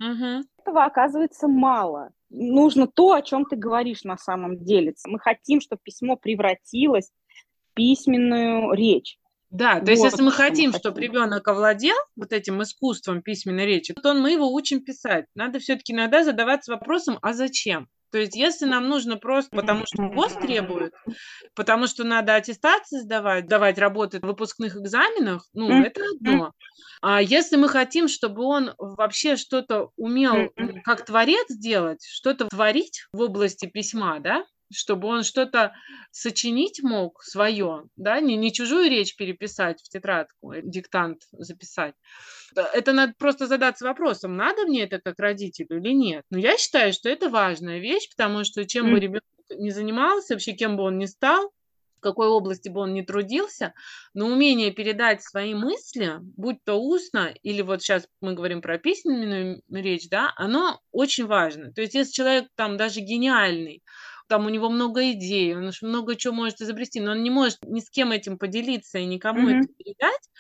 Этого оказывается мало. Нужно то, о чем ты говоришь на самом деле. Мы хотим, чтобы письмо превратилось в письменную речь. Да, то есть если Вот мы что мы хотим, чтобы хотим. ребенок овладел вот этим искусством письменной речи, то мы его учим писать. Надо все-таки иногда задаваться вопросом, а зачем? То есть если нам нужно просто потому, что ГОС требует, потому что надо аттестации сдавать, давать работы в выпускных экзаменах, ну, это одно. А если мы хотим, чтобы он вообще что-то умел как творец делать, что-то творить в области письма, да, чтобы он что-то сочинить мог свое, да, не чужую речь переписать в тетрадку, диктант записать. Это надо просто задаться вопросом, надо мне это как родителю или нет. Но я считаю, что это важная вещь, потому что чем бы ребенок ни занимался, вообще кем бы он ни стал, в какой области бы он ни трудился, но умение передать свои мысли, будь то устно или вот сейчас мы говорим про письменную речь, да, оно очень важно. То есть если человек там даже гениальный, там у него много идей, он уж много чего может изобрести, но он не может ни с кем этим поделиться и никому это передать,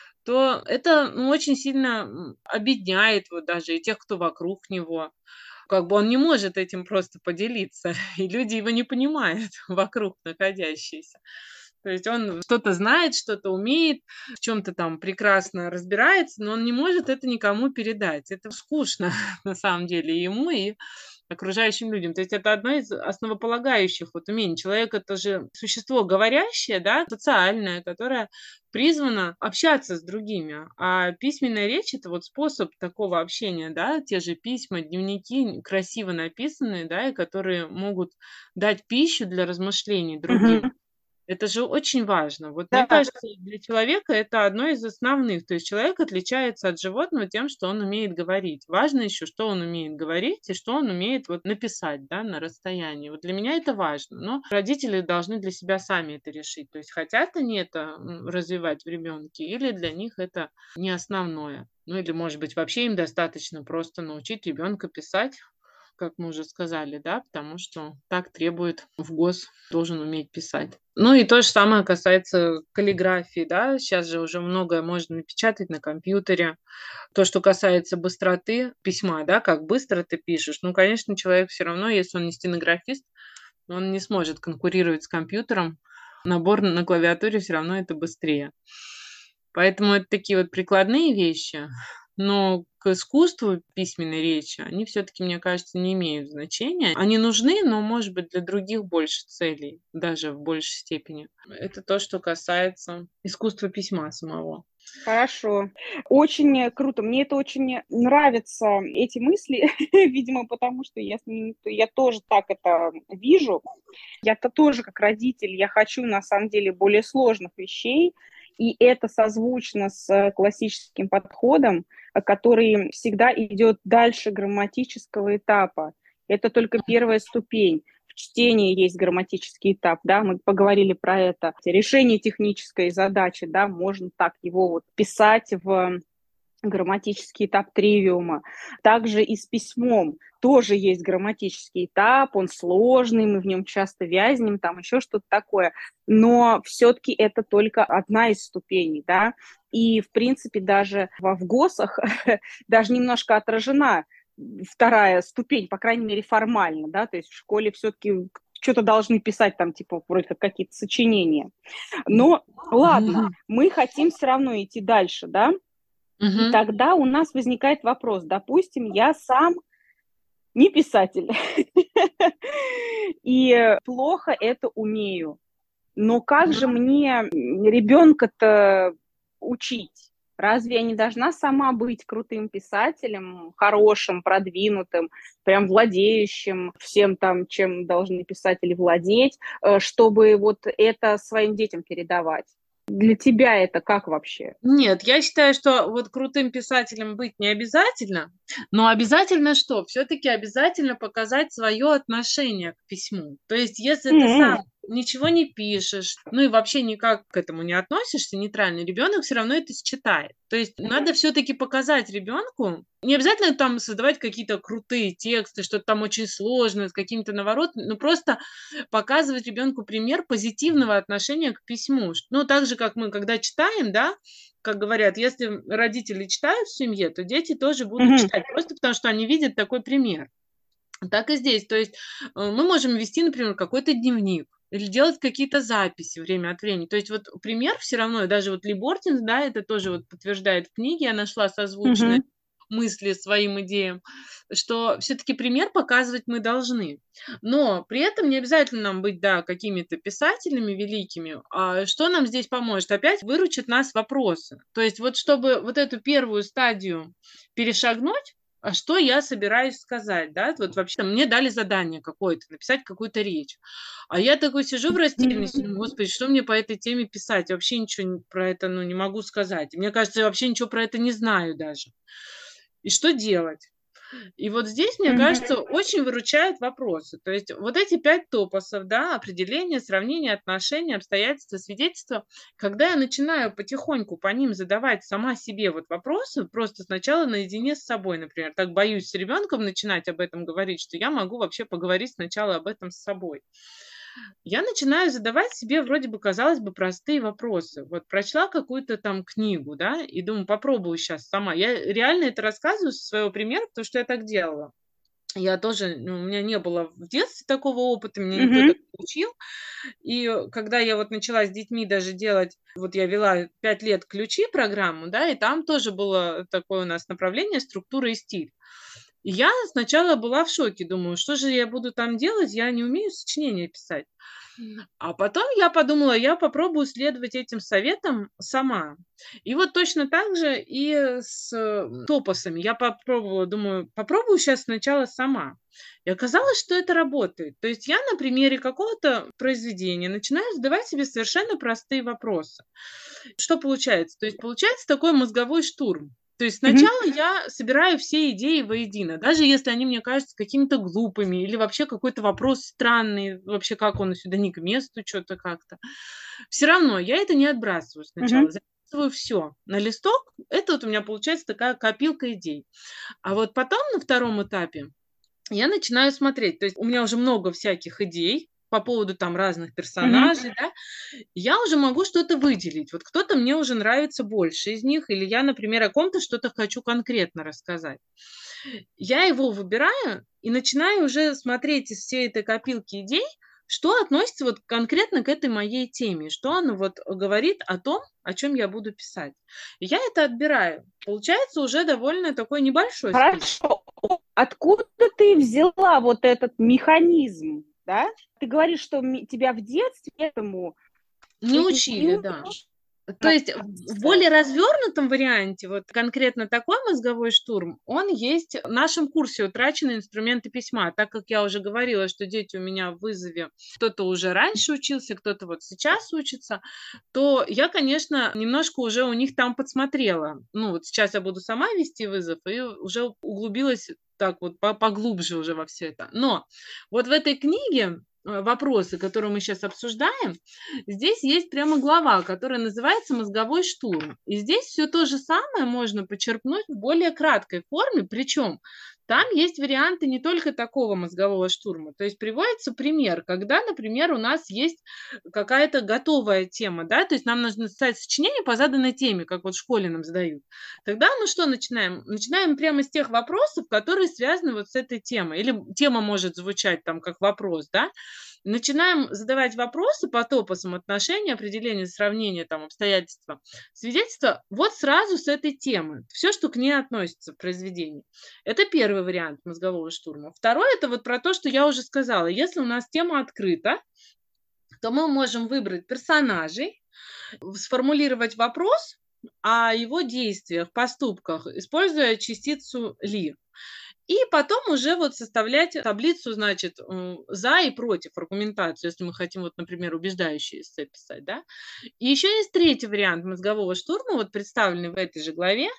то это, ну, очень сильно, обедняет вот даже и тех, кто вокруг него. Как бы он не может этим просто поделиться, и люди его не понимают, вокруг находящиеся. То есть он что-то знает, что-то умеет, в чем то там прекрасно разбирается, но он не может это никому передать. Это скучно на самом деле и ему, и окружающим людям. То есть это одно из основополагающих вот умений. Человек — это же существо говорящее, да, социальное, которое призвано общаться с другими. А письменная речь — это вот способ такого общения, да, те же письма, дневники красиво написанные, да, и которые могут дать пищу для размышлений другим. Это же очень важно. Вот мне Да. кажется, для человека это одно из основных. То есть человек отличается от животного тем, что он умеет говорить. Важно еще, что он умеет говорить и что он умеет вот написать, да, на расстоянии. Вот для меня это важно. Но родители должны для себя сами это решить. То есть хотят они это развивать в ребенке или для них это не основное. Ну или, может быть, вообще им достаточно просто научить ребенка писать, как мы уже сказали, да, потому что так требует в ГОС, должен уметь писать. Ну и то же самое касается каллиграфии, да. Сейчас же уже многое можно напечатать на компьютере. То, что касается быстроты письма, да, как быстро ты пишешь. Ну, конечно, человек все равно, если он не стенографист, он не сможет конкурировать с компьютером. Набор на клавиатуре все равно это быстрее. Поэтому это такие вот прикладные вещи, но к искусству письменной речи они все таки мне кажется, не имеют значения. Они нужны, но, может быть, для других больше целей, даже в большей степени. Это то, что касается искусства письма самого. Хорошо. Очень круто. Мне это очень нравятся, эти мысли, видимо, потому что я тоже так это вижу. Я-то тоже как родитель, я хочу на самом деле более сложных вещей, и это созвучно с классическим подходом, который всегда идет дальше грамматического этапа. Это только первая ступень. В чтении есть грамматический этап, да, мы поговорили про это. Решение технической задачи, да, можно так его вот писать в грамматический этап тривиума. Также и с письмом тоже есть грамматический этап, он сложный, мы в нем часто вязнем, там еще что-то такое, но все-таки это только одна из ступеней, да, и, в принципе, даже в ГОСах даже немножко отражена вторая ступень, по крайней мере, формально, да, то есть в школе все-таки что-то должны писать там, типа, вроде как какие-то сочинения. Но ладно, мы хотим все равно идти дальше, да, и Мгм. тогда у нас возникает вопрос, допустим, я сам не писатель и плохо это умею, но как же мне ребенка-то учить? Разве я не должна сама быть крутым писателем, хорошим, продвинутым, прям владеющим всем там, чем должны писатели владеть, чтобы вот это своим детям передавать? Для тебя это как вообще? Нет, я считаю, что вот крутым писателем быть не обязательно, но обязательно что? Все таки обязательно показать свое отношение к письму. То есть если ты сам М-м. ничего не пишешь, ну и вообще никак к этому не относишься нейтрально, ребенок все равно это считает. То есть надо все-таки показать ребенку, не обязательно там создавать какие-то крутые тексты, что-то там очень сложное, с какими-то наворотами, но просто показывать ребенку пример позитивного отношения к письму. Ну, так же, как мы, когда читаем, да, как говорят, если родители читают в семье, то дети тоже будут Мгм. читать, просто потому что они видят такой пример. Так и здесь. То есть мы можем вести, например, какой-то дневник или делать какие-то записи время от времени. То есть вот пример все равно, даже вот Ли Бортинс, да, это тоже вот подтверждает в книге, я нашла созвучные Мгм. мысли своим идеям, что все-таки пример показывать мы должны. Но при этом не обязательно нам быть, да, какими-то писателями великими. А что нам здесь поможет? Опять выручат нас вопросы. То есть вот чтобы вот эту первую стадию перешагнуть, а что я собираюсь сказать, да? Вот вообще мне дали задание какое-то, написать какую-то речь. А я такой сижу в растерянности, думаю, господи, что мне по этой теме писать? Я вообще ничего про это, ну, не могу сказать. Мне кажется, я вообще ничего про это не знаю даже. И что делать? И вот здесь, мне Мгм. кажется, очень выручают вопросы. То есть вот эти 5 топосов, да, определение, сравнение, отношения, обстоятельства, свидетельства, когда я начинаю потихоньку по ним задавать сама себе вот вопросы, просто сначала наедине с собой, например, так боюсь с ребенком начинать об этом говорить, что я могу вообще поговорить сначала об этом с собой. Я начинаю задавать себе вроде бы, казалось бы, простые вопросы. Вот прочла какую-то там книгу, да, и думаю, попробую сейчас сама. Я реально это рассказываю со своего примера, потому что я так делала. Я тоже, ну, у меня не было в детстве такого опыта, меня никто Мгм. так не учил. И когда я вот начала с детьми даже делать, вот я вела 5 лет ключи программу, да, и там тоже было такое у нас направление структура и стиль. И я сначала была в шоке, думаю, что же я буду там делать, я не умею сочинения писать. А потом я подумала, я попробую следовать этим советам сама. И вот точно так же и с топосами. Я попробовала, думаю, попробую сейчас сначала сама. И оказалось, что это работает. То есть я на примере какого-то произведения начинаю задавать себе совершенно простые вопросы. Что получается? То есть получается такой мозговой штурм. То есть Мгм. сначала я собираю все идеи воедино, даже если они мне кажутся какими-то глупыми или вообще какой-то вопрос странный, вообще как он сюда не к месту, что-то как-то. Все равно я это не отбрасываю Мгм. сначала, записываю все на листок. Это вот у меня получается такая копилка идей. А вот потом на втором этапе я начинаю смотреть. То есть у меня уже много всяких идей по поводу там разных Мгм. персонажей, да, я уже могу что-то выделить. Вот кто-то мне уже нравится больше из них, или я, например, о ком-то что-то хочу конкретно рассказать. Я его выбираю и начинаю уже смотреть из всей этой копилки идей, что относится вот конкретно к этой моей теме, что оно вот говорит о том, о чем я буду писать. И я это отбираю. Получается уже довольно такой небольшой список. Хорошо. Откуда ты взяла вот этот механизм, да? Ты говоришь, что тебя в детстве этому Не не учили, да. То есть в учатся. более развернутом варианте, вот конкретно такой мозговой штурм, он есть в нашем курсе "Утраченные инструменты письма". Так как я уже говорила, что дети у меня в вызове, кто-то уже раньше учился, кто-то вот сейчас учится, то я, конечно, немножко уже у них там подсмотрела. Ну, вот сейчас я буду сама вести вызов и уже углубилась так вот поглубже уже во все это. Но вот в этой книге, вопросы, которые мы сейчас обсуждаем, здесь есть прямо глава, которая называется "Мозговой штурм". И здесь все то же самое можно почерпнуть в более краткой форме, причем там есть варианты не только такого мозгового штурма. То есть приводится пример, когда, например, у нас есть какая-то готовая тема, да, то есть нам нужно написать сочинение по заданной теме, как вот в школе нам задают. Тогда мы что начинаем? Начинаем прямо с тех вопросов, которые связаны вот с этой темой. Или тема может звучать там как вопрос, да. Начинаем задавать вопросы по топосам отношения, определения, сравнения, там, обстоятельства, свидетельства вот сразу с этой темы. Все, что к ней относится в произведении. Это первый вариант мозгового штурма. Второй – это вот про то, что я уже сказала. Если у нас тема открыта, то мы можем выбрать персонажей, сформулировать вопрос о его действиях, поступках, используя частицу "ли". И потом уже вот составлять таблицу, значит, за и против, аргументацию, если мы хотим, вот, например, убеждающие эссе писать, да. И еще есть третий вариант мозгового штурма, вот представленный в этой же главе.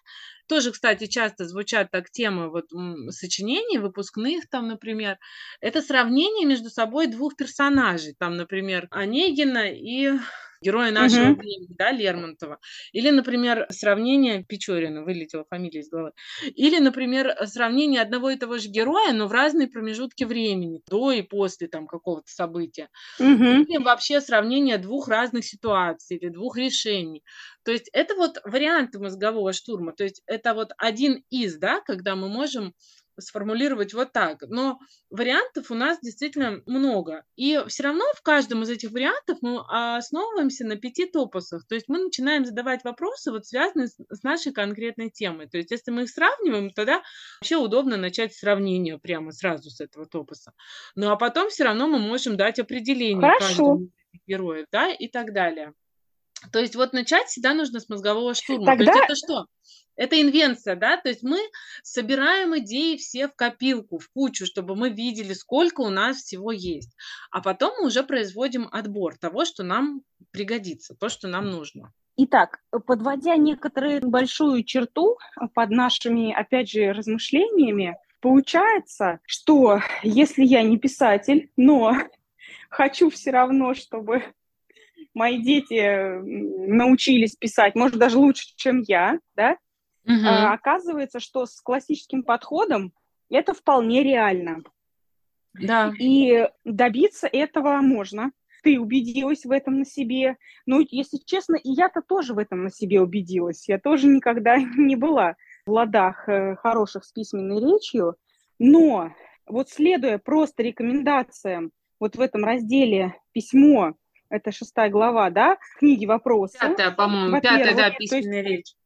тоже, кстати, часто звучат так темы вот сочинений, выпускных там, например, это сравнение между собой двух персонажей, там, например, Онегина и героя нашего Мгм. времени, да, Лермонтова. Или, например, сравнение Печорина, вылетела фамилия из головы. Или, например, сравнение одного и того же героя, но в разные промежутки времени, до и после там какого-то события. Мгм. Или вообще сравнение двух разных ситуаций или двух решений. То есть это вот варианты мозгового штурма. То есть это вот один из, да, когда мы можем сформулировать вот так. Но вариантов у нас действительно много. И все равно в каждом из этих вариантов мы основываемся на 5 топосах. То есть мы начинаем задавать вопросы, вот связанные с нашей конкретной темой. То есть если мы их сравниваем, тогда вообще удобно начать сравнение прямо сразу с этого топоса. Ну, а потом все равно мы можем дать определение Хорошо. каждому из этих героев, да, и так далее. То есть вот начать всегда нужно с мозгового штурма. То Тогда есть это что? Это инвенция, да, то есть мы собираем идеи все в копилку, в кучу, чтобы мы видели, сколько у нас всего есть. А потом мы уже производим отбор того, что нам пригодится, то, что нам нужно. Итак, подводя некоторую большую черту под нашими, опять же, размышлениями, получается, что если я не писатель, но хочу все равно, чтобы мои дети научились писать, может, даже лучше, чем я, да, Мгм. оказывается, что с классическим подходом это вполне реально. Да. И добиться этого можно. Ты убедилась в этом на себе. Ну, если честно, и я-то тоже в этом на себе убедилась. Я тоже никогда не была в ладах хороших с письменной речью. Но вот следуя просто рекомендациям вот в этом разделе «Письмо», это 6 глава, да, книги «Вопросы», Пятая, по-моему, пятая, во-первых, да, то есть письменная речь.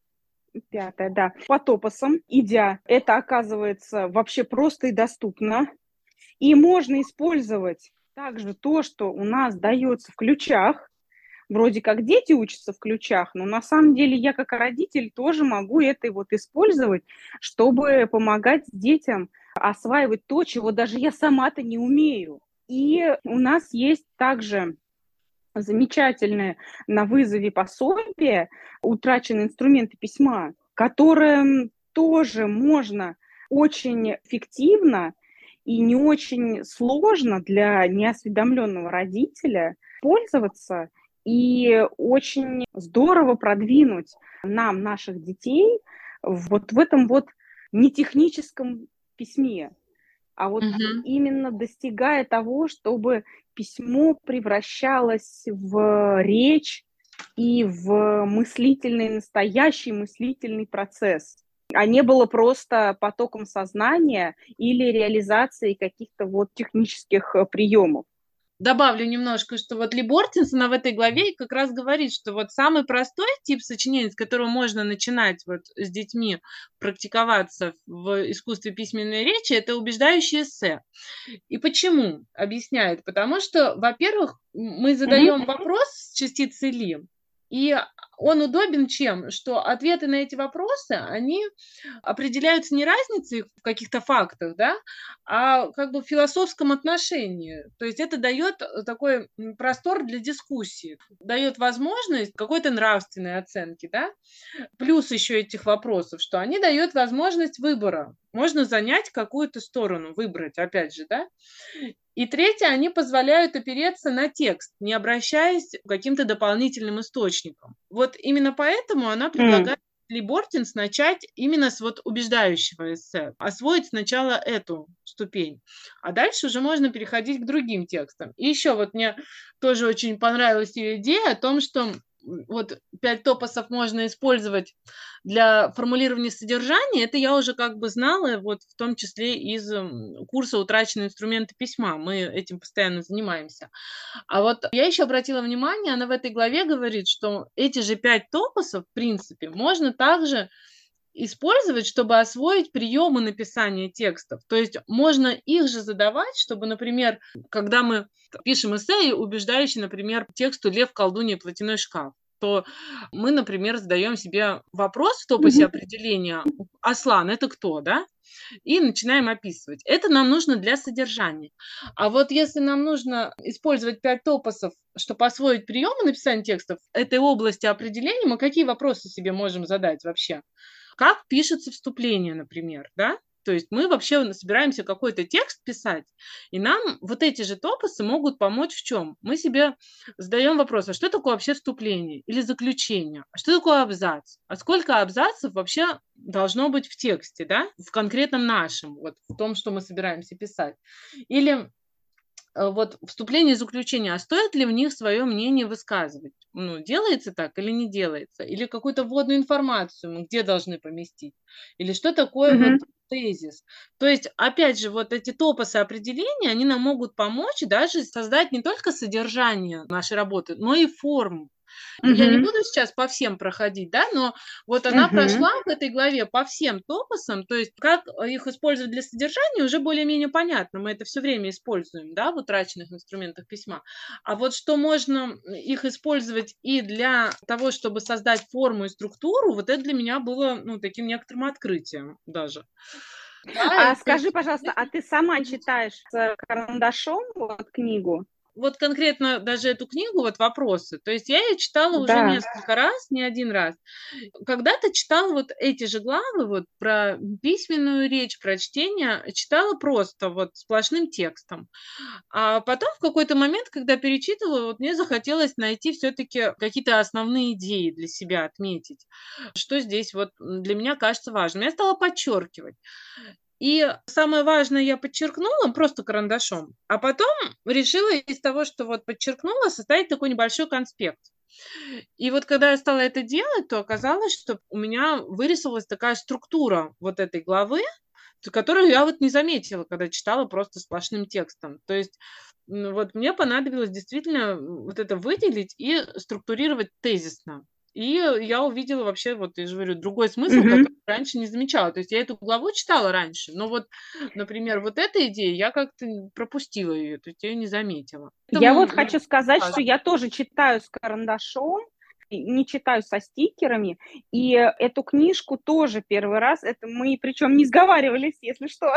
5, да, по топосам идя, это оказывается вообще просто и доступно. И можно использовать также то, что у нас дается в ключах. Вроде как дети учатся в ключах, но на самом деле я как родитель тоже могу это вот использовать, чтобы помогать детям осваивать то, чего даже я сама-то не умею. И у нас есть также замечательное на вызове пособие «Утраченные инструменты письма», которое тоже можно очень эффективно и не очень сложно для неосведомленного родителя пользоваться и очень здорово продвинуть нам, наших детей, вот в этом вот нетехническом письме, а вот Мгм. именно достигая того, чтобы письмо превращалось в речь и в мыслительный, настоящий мыслительный процесс, а не было просто потоком сознания или реализацией каких-то вот технических приемов. Добавлю немножко, что вот Ли Бортинс, она в этой главе как раз говорит, что вот самый простой тип сочинений, с которого можно начинать вот с детьми практиковаться в искусстве письменной речи, это убеждающее эссе. И почему? Объясняет. Потому что, во-первых, мы Мгм. задаем вопрос с частицей «ли», и он удобен чем? Что ответы на эти вопросы, они определяются не разницей в каких-то фактах, да, а как бы в философском отношении. То есть это дает такой простор для дискуссии, дает возможность какой-то нравственной оценки, да. Плюс еще этих вопросов, что они дают возможность выбора. Можно занять какую-то сторону, выбрать, опять же, да. И третье, они позволяют опереться на текст, не обращаясь к каким-то дополнительным источникам. Вот именно поэтому она М. предлагает Ли Бортинс начать именно с вот убеждающего эссе, освоить сначала эту ступень, а дальше уже можно переходить к другим текстам. И еще вот мне тоже очень понравилась ее идея о том, что вот 5 топосов можно использовать для формулирования содержания. Это я уже как бы знала, вот в том числе из курса «Утраченные инструменты письма». Мы этим постоянно занимаемся. А вот я еще обратила внимание, она в этой главе говорит, что эти же 5 топосов, в принципе, можно также использовать, чтобы освоить приемы написания текстов. То есть можно их же задавать, чтобы, например, когда мы пишем эссе, убеждающий, например, тексту «Лев, колдунья, платяной шкаф», то мы, например, задаем себе вопрос в топосе Мгм. определения «Аслан– это кто?», да? И начинаем описывать. Это нам нужно для содержания. А вот если нам нужно использовать 5 топосов, чтобы освоить приемы написания текстов этой области определения, мы какие вопросы себе можем задать вообще? как пишется вступление, например, да? То есть мы вообще собираемся какой-то текст писать, и нам вот эти же топосы могут помочь в чем? Мы себе задаем вопрос, а что такое вообще вступление или заключение? А что такое абзац? А сколько абзацев вообще должно быть в тексте, да? В конкретном нашем, вот в том, что мы собираемся писать. Или вот вступление и заключение, а стоит ли в них свое мнение высказывать? Ну, делается так или не делается? Или какую-то вводную информацию мы где должны поместить? Или что такое вот Мгм. тезис? То есть, опять же, вот эти топосы определения, они нам могут помочь даже создать не только содержание нашей работы, но и форму. Я не Мгм. буду сейчас по всем проходить, да, но вот она Мгм. прошла в этой главе по всем топосам, то есть как их использовать для содержания уже более-менее понятно, мы это все время используем, да, в утраченных инструментах письма. А вот что можно их использовать и для того, чтобы создать форму и структуру, вот это для меня было, ну, таким некоторым открытием даже. Да, А то скажи, есть пожалуйста, а ты сама читаешь с карандашом вот книгу? вот конкретно даже эту книгу, вот "Вопросы", то есть я ее читала уже Да. несколько раз, не один раз. Когда-то читала вот эти же главы, вот про письменную речь, про чтение, читала просто вот сплошным текстом. А потом в какой-то момент, когда перечитывала, вот мне захотелось найти все-таки какие-то основные идеи для себя отметить, что здесь вот для меня кажется важным. Я стала подчеркивать. И самое важное я подчеркнула просто карандашом, а потом решила из того, что вот подчеркнула, составить такой небольшой конспект. И вот когда я стала это делать, то оказалось, что у меня вырисовалась такая структура вот этой главы, которую я вот не заметила, когда читала просто сплошным текстом. То есть вот мне понадобилось действительно вот это выделить и структурировать тезисно. И я увидела вообще, вот я же говорю, другой смысл, Мгм. который раньше не замечала. То есть я эту главу читала раньше, но вот, например, вот эта идея, я как-то пропустила ее, то есть я ее не заметила. Я Поэтому вот хочу сказать, что важно. я тоже читаю с карандашом, и не читаю со стикерами. И эту книжку тоже первый раз, это мы причем не сговаривались, если что,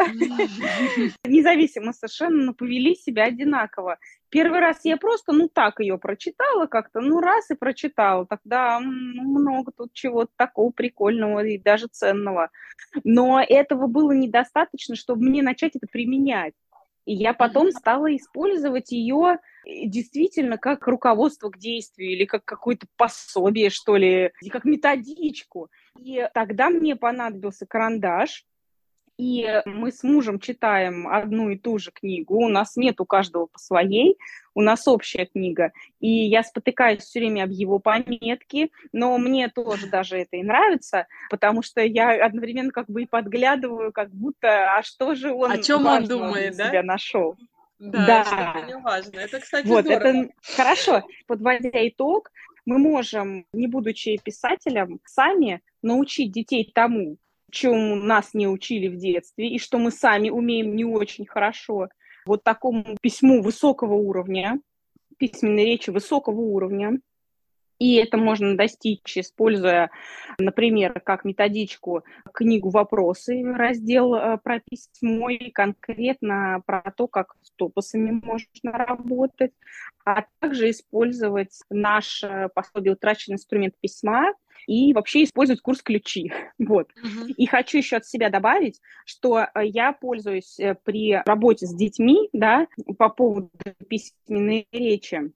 независимо совершенно, но повели себя одинаково. Первый раз я просто, ну, так ее прочитала как-то, ну, раз и прочитала. Тогда ну, много тут чего-то такого прикольного и даже ценного. Но этого было недостаточно, чтобы мне начать это применять. И я потом Мгм. стала использовать ее действительно как руководство к действию или как какое-то пособие, что ли, и как методичку. И тогда мне понадобился карандаш, и мы с мужем читаем одну и ту же книгу. У нас нет у каждого по своей, у нас общая книга. И я спотыкаюсь все время об его пометки, но мне тоже даже это и нравится, потому что я одновременно как бы и подглядываю, как будто, а что же О он чем он важного для думает, да? себя нашел. Да, что для Да, него важно. Это, кстати, вот, здорово. это хорошо. Подводя итог, мы можем, не будучи писателем, сами научить детей тому, чему нас не учили в детстве, и что мы сами умеем не очень хорошо, вот такому письму высокого уровня, письменной речи высокого уровня. И это можно достичь, используя, например, как методичку книгу "Вопросы", раздел про письмо и конкретно про то, как с топосами можно работать, а также использовать наш пособие "Утраченный инструмент письма" и вообще использовать курс "Ключи". Вот. Мгм. И хочу еще от себя добавить, что я пользуюсь при работе с детьми, да, по поводу письменной речи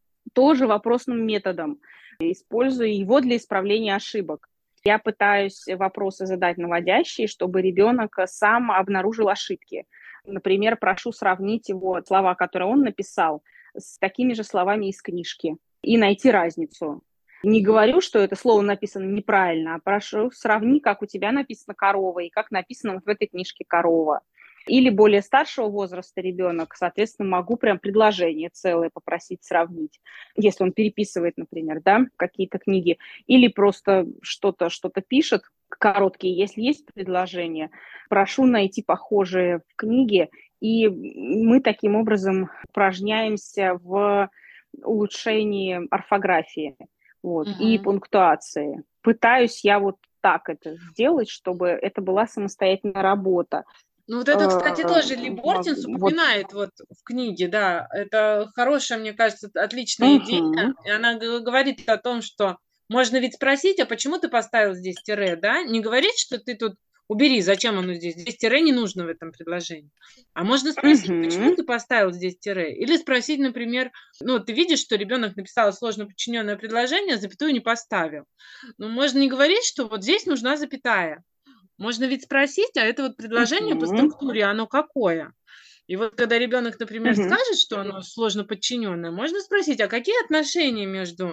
тоже вопросным методом. Использую его для исправления ошибок. Я пытаюсь вопросы задать наводящие, чтобы ребенок сам обнаружил ошибки. Например, прошу сравнить его слова, которые он написал, с такими же словами из книжки и найти разницу. Не Мгм. говорю, что это слово написано неправильно, а прошу сравни, как у тебя написано корова и как написано вот в этой книжке корова. Или более старшего возраста ребенок, соответственно, могу прям предложение целое попросить сравнить, если он переписывает, например, да, какие-то книги, или просто что-то пишет короткие, если есть предложения, прошу найти похожие в книге, и мы таким образом упражняемся в улучшении орфографии, вот, и Мгм. пунктуации. Пытаюсь я вот так это сделать, чтобы это была самостоятельная работа. Ну, вот это, кстати, тоже Ли Бортинс Вот. упоминает вот в книге, да. Это хорошая, мне кажется, отличная идея. Мгм. И она говорит о том, что Можно ведь спросить, а почему ты поставил здесь тире, да? Не говорить, что ты тут убери, зачем оно здесь? Здесь тире не нужно в этом предложении. А можно спросить, почему Мгм. ты поставил здесь тире? Или спросить, например, ну, ты видишь, что ребенок написал сложно подчиненное предложение, запятую не поставил. Ну, можно не говорить, что вот здесь нужна запятая. Можно ведь спросить, а это вот предложение по Мгм. структуре, оно какое? И вот когда ребенок, например, Мгм. скажет, что оно сложно подчиненное, можно спросить, а какие отношения между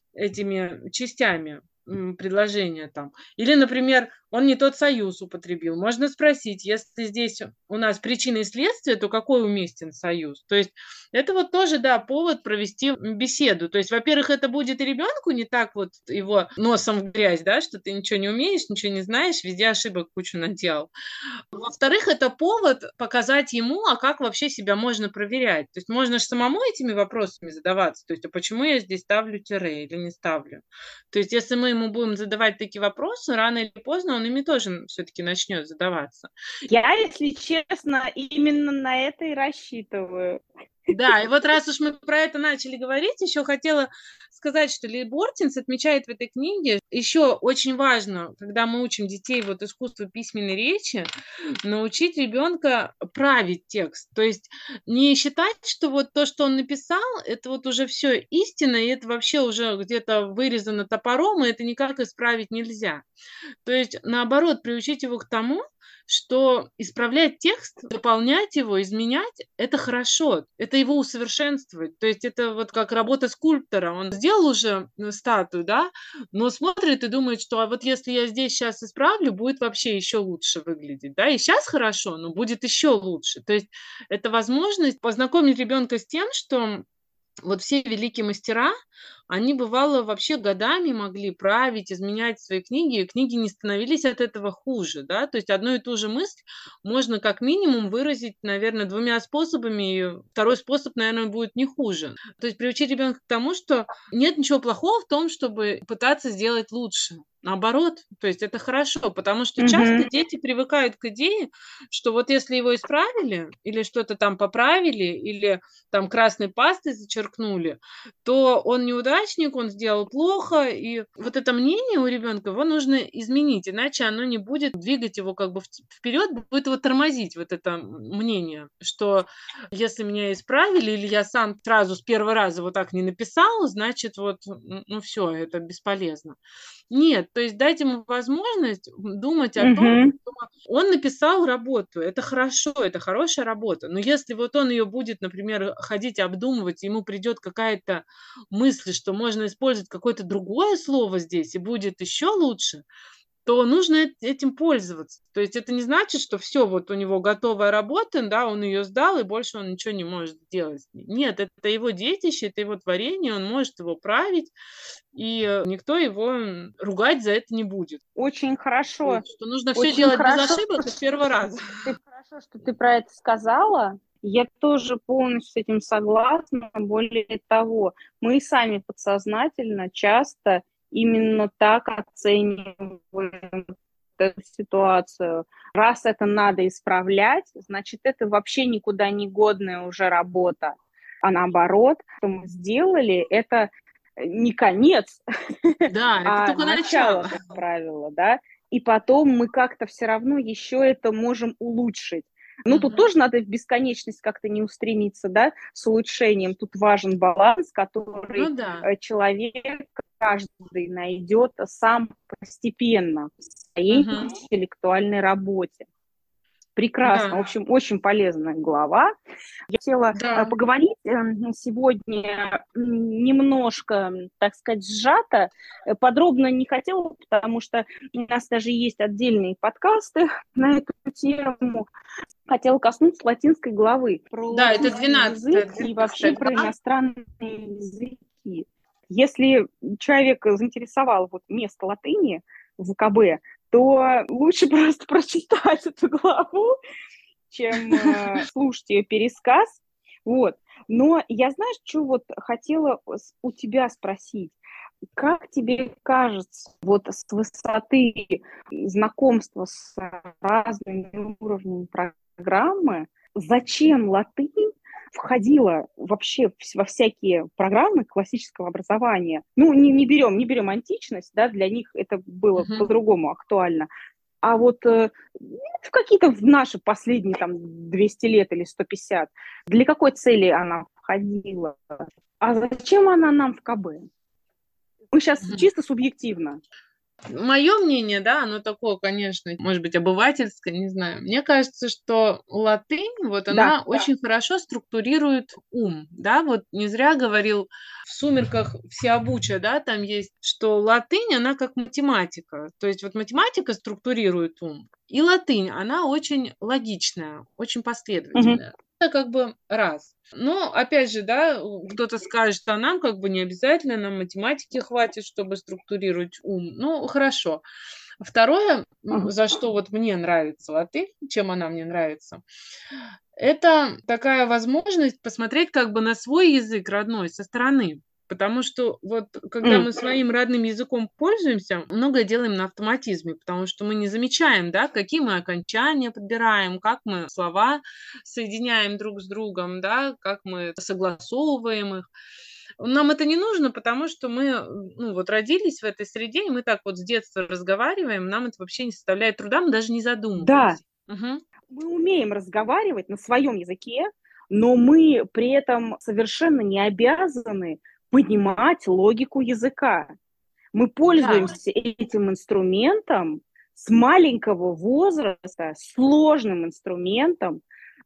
этими частями предложения там. Или, например, он не тот союз употребил. Можно спросить, если здесь у нас причина и следствие, то какой уместен союз? То есть это вот тоже, да, повод провести беседу. То есть, во-первых, это будет и ребенку не так вот его носом в грязь, да, что ты ничего не умеешь, ничего не знаешь, везде ошибок кучу наделал. Во-вторых, это повод показать ему, а как вообще себя можно проверять. То есть можно же самому этими вопросами задаваться. То есть, а почему я здесь ставлю тире или не ставлю? То есть, если мы ему будем задавать такие вопросы, рано или поздно он ими тоже все-таки начнет задаваться. Я, если честно, именно на это и рассчитываю. Да, и вот раз уж мы про это начали говорить, еще хотела сказать, что Ли Бортинс отмечает в этой книге, еще очень важно, когда мы учим детей вот искусству письменной речи, научить ребенка править текст. То есть не считать, что вот то, что он написал, это вот уже все истина, и это вообще уже где-то вырезано топором, и это никак исправить нельзя. То есть, наоборот, приучить его к тому, что исправлять текст, дополнять его, изменять — это хорошо, это его усовершенствует. То есть это вот как работа скульптора. Он сделал уже статую, да, но смотрит и думает, что а вот если я здесь сейчас исправлю, будет вообще еще лучше выглядеть. Да? И сейчас хорошо, но будет еще лучше. То есть это возможность познакомить ребенка с тем, что вот все великие мастера, они, бывало, вообще годами могли править, изменять свои книги, и книги не становились от этого хуже, да. То есть одну и ту же мысль можно как минимум выразить, наверное, двумя способами, и второй способ, наверное, будет не хуже. То есть приучить ребенка к тому, что нет ничего плохого в том, чтобы пытаться сделать лучше. Наоборот, то есть это хорошо, потому что часто Мгм. дети привыкают к идее, что вот если его исправили или что-то там поправили, или там красной пастой зачеркнули, то он неудачник, он сделал плохо. И вот это мнение у ребенка, его нужно изменить, иначе оно не будет двигать его как бы вперед, будет его тормозить, вот это мнение, что если меня исправили, или я сам сразу с первого раза вот так не написал, значит, вот, ну все, это бесполезно. Нет, то есть дать ему возможность думать о том, Мгм. что он написал работу. Это хорошо, это хорошая работа. Но если вот он ее будет, например, ходить обдумывать, ему придет какая-то мысль, что можно использовать какое-то другое слово здесь и будет еще лучше, то нужно этим пользоваться. То есть это не значит, что все вот у него готовая работа, да, он ее сдал, и больше он ничего не может сделать с ней. Нет, это его детище, это его творение, он может его править, и никто его ругать за это не будет. Очень хорошо, Вот, что нужно все очень делать без хорошо, ошибок и с первого раза. хорошо, что ты про это сказала. Я тоже полностью с этим согласна. Более того, мы и сами подсознательно часто именно так оцениваем эту ситуацию. Раз это надо исправлять, значит, это вообще никуда не годная уже работа. А наоборот, что мы сделали, это не конец, Да, это а только начало, начало. как правило, да. И потом мы как-то все равно еще это можем улучшить. Ну, тут Мгм. тоже надо в бесконечность как-то не устремиться, да, с улучшением. Тут важен баланс, который Ну да. человек, каждый найдет сам постепенно в своей Мгм. интеллектуальной работе. Прекрасно. В Да. общем, очень полезная глава. Я хотела Да. поговорить сегодня немножко, так сказать, сжато. Подробно не хотела, потому что у нас даже есть отдельные подкасты на эту тему. Хотела коснуться латинской главы про Да, это латинский 12-я, язык и вообще 12-я про глава. иностранные языки. Если человека заинтересовало вот место латыни в ВКБ, то лучше просто прочитать эту главу, чем слушать ее пересказ. Вот. Но я, знаешь, что вот хотела у тебя спросить. Как тебе кажется, вот с высоты знакомства с разными уровнями программы, зачем латынь входила вообще во всякие программы классического образования. Ну, не берем античность, да, для них это было Мгм. по-другому актуально. А вот в какие-то в наши последние там 200 лет или 150, для какой цели она входила? А зачем она нам в КБ? Мы сейчас Мгм. чисто субъективно. Мое мнение, да, оно такое, конечно, может быть, обывательское, не знаю. Мне кажется, что латынь, вот Да. она очень хорошо структурирует ум, да, вот не зря говорил в «Сумерках» Всеобуча, да, там есть, что латынь, она как математика, то есть вот математика структурирует ум, и латынь, она очень логичная, очень Мгм. последовательная. Это как бы раз. Но, опять же, да, кто-то скажет, что нам как бы не обязательно, нам математики хватит, чтобы структурировать ум. Ну, хорошо. Второе, Ага. за что вот мне нравится латынь, чем она мне нравится, это такая возможность посмотреть как бы на свой язык родной со стороны. Потому что вот когда М. мы своим родным языком пользуемся, многое делаем на автоматизме, потому что мы не замечаем, да, какие мы окончания подбираем, как мы слова соединяем друг с другом, да, как мы согласовываем их. Нам это не нужно, потому что мы, ну, вот родились в этой среде, и мы так вот с детства разговариваем, нам это вообще не составляет труда, мы даже не Да, задумываемся. Мгм. мы умеем разговаривать на своем языке, но мы при этом совершенно не обязаны понимать логику языка. Мы Да. пользуемся этим инструментом с маленького возраста, сложным инструментом,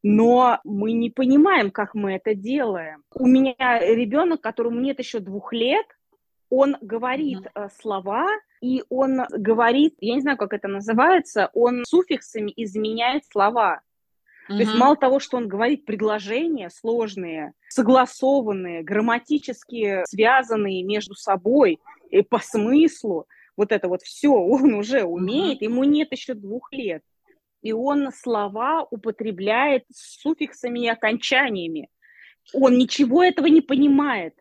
но мы не понимаем, как мы это делаем. У меня ребенок, которому нет еще 2 лет, он говорит Мгм. слова, и он говорит, я не знаю, как это называется, он суффиксами изменяет слова. То есть Мгм. мало того, что он говорит предложения сложные, согласованные, грамматически связанные между собой и по смыслу, вот это вот все он уже Мгм. умеет, ему нет еще 2 лет. И он слова употребляет с суффиксами и окончаниями. Он ничего этого не понимает.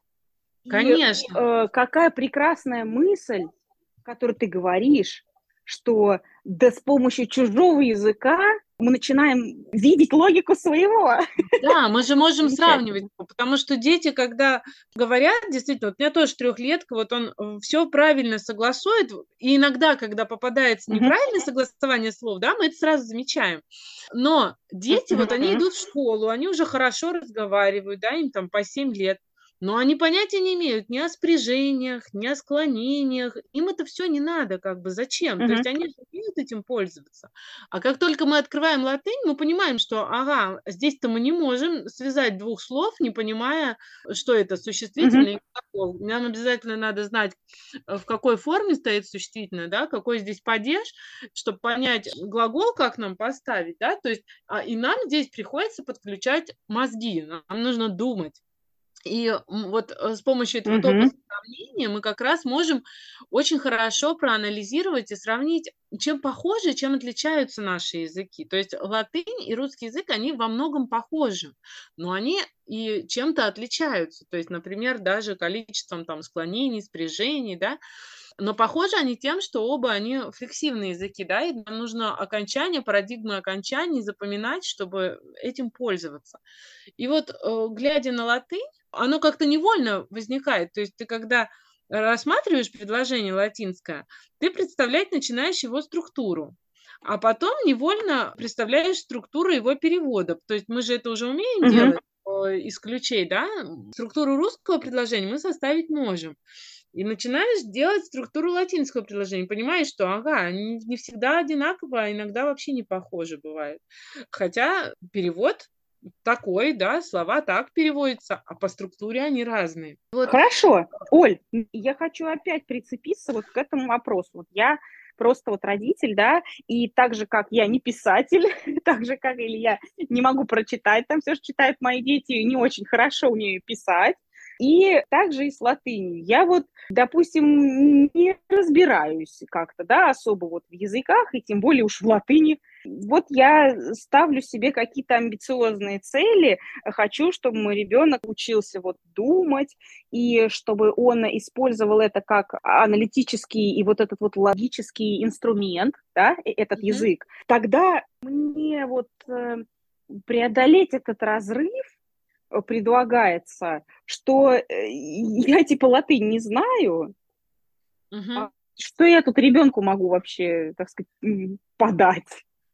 И Конечно. какая прекрасная мысль, которую ты говоришь, что да с помощью чужого языка мы начинаем видеть логику своего. Да, мы же можем сравнивать, Замечательно. потому что дети, когда говорят, действительно, вот у меня тоже трехлетка, вот он все правильно согласует, и иногда, когда попадается Мгм. неправильное согласование слов, да, мы это сразу замечаем. Но дети, вот они Мгм. идут в школу, они уже хорошо разговаривают, да, им там по 7 лет, но они понятия не имеют ни о спряжениях, ни о склонениях. Им это все не надо, как бы зачем? То есть Мгм. они же умеют этим пользоваться. А как только мы открываем латынь, мы понимаем, что, ага, здесь-то мы не можем связать двух слов, не понимая, что это Мгм. существительное и глагол. Нам обязательно надо знать, в какой форме стоит существительное, да, какой здесь падеж, чтобы понять глагол, как нам поставить, да, то есть, и нам здесь приходится подключать мозги, нам нужно думать. И, вот, с помощью этого Мгм. топоса сравнения мы как раз можем очень хорошо проанализировать и сравнить, чем похожи, чем отличаются наши языки. То есть латынь и русский язык, они во многом похожи, но они и чем-то отличаются. То есть, например, даже количеством там склонений, спряжений, да. Но похожи они тем, что оба они флексивные языки, да, и нам нужно окончание, парадигмы окончаний запоминать, чтобы этим пользоваться. И вот, глядя на латынь, оно как-то невольно возникает. То есть ты когда рассматриваешь предложение латинское, ты представлять начинаешь его структуру, а потом невольно представляешь структуру его перевода. То есть мы же это уже умеем Мгм. делать, из ключей, да. Структуру русского предложения мы составить можем. И начинаешь делать структуру латинского предложения. Понимаешь, что, ага, они не всегда одинаково, а иногда вообще не похожи бывают. Хотя перевод такой, да, слова так переводятся, а по структуре они разные. Вот. Хорошо. Оль, я хочу опять прицепиться вот к этому вопросу. Вот я просто вот родитель, да, и так же, как я не писатель, так же, как или я не могу прочитать там все, что читают мои дети, не очень хорошо умею писать. И также и с латынью. Я вот, допустим, не разбираюсь как-то, да, особо вот в языках, и тем более уж в латыни. Вот я ставлю себе какие-то амбициозные цели, хочу, чтобы мой ребенок учился вот думать, и чтобы он использовал это как аналитический и вот этот вот логический инструмент, да, этот Мгм. язык, тогда мне вот преодолеть этот разрыв предлагается, что я типа латынь не знаю, Мгм. что я тут ребенку могу вообще, так сказать, подать?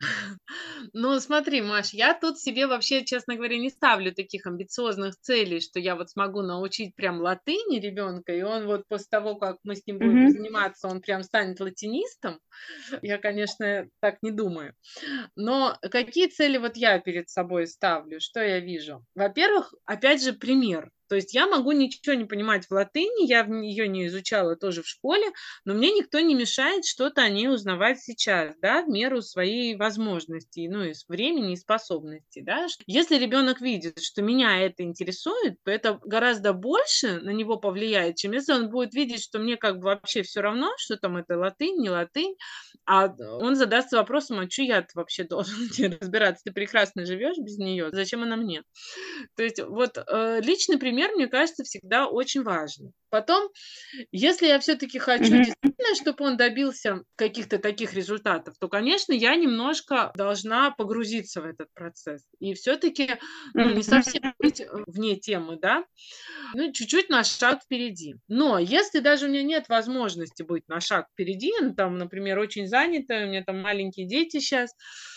Ну, смотри, Маш, я тут себе вообще, честно говоря, не ставлю таких амбициозных целей, что я вот смогу научить прям латыни ребенка, и он вот после того, как мы с ним будем Мгм. заниматься, он прям станет латинистом. Я, конечно, так не думаю. Но какие цели вот я перед собой ставлю? Что я вижу? Во-первых, опять же, пример. То есть я могу ничего не понимать в латыни, я ее не изучала тоже в школе, но мне никто не мешает что-то о ней узнавать сейчас, да, в меру своей возможности, ну, и времени, и способностей, да. Если ребенок видит, что меня это интересует, то это гораздо больше на него повлияет, чем если он будет видеть, что мне как бы вообще все равно, что там это латынь, не латынь, а он задастся вопросом: "А чё я-то вообще должен те разбираться? Ты прекрасно живешь без нее, зачем она мне?" То есть вот, личный пример, мне кажется, всегда очень важен. Потом, если я все таки хочу Мгм. действительно, чтобы он добился каких-то таких результатов, то, конечно, я немножко должна погрузиться в этот процесс и все таки ну, не совсем Мгм. быть, вне темы, да, ну, чуть-чуть на шаг впереди. Но если даже у меня нет возможности быть на шаг впереди, ну, там, например, очень занята, у меня там маленькие дети сейчас,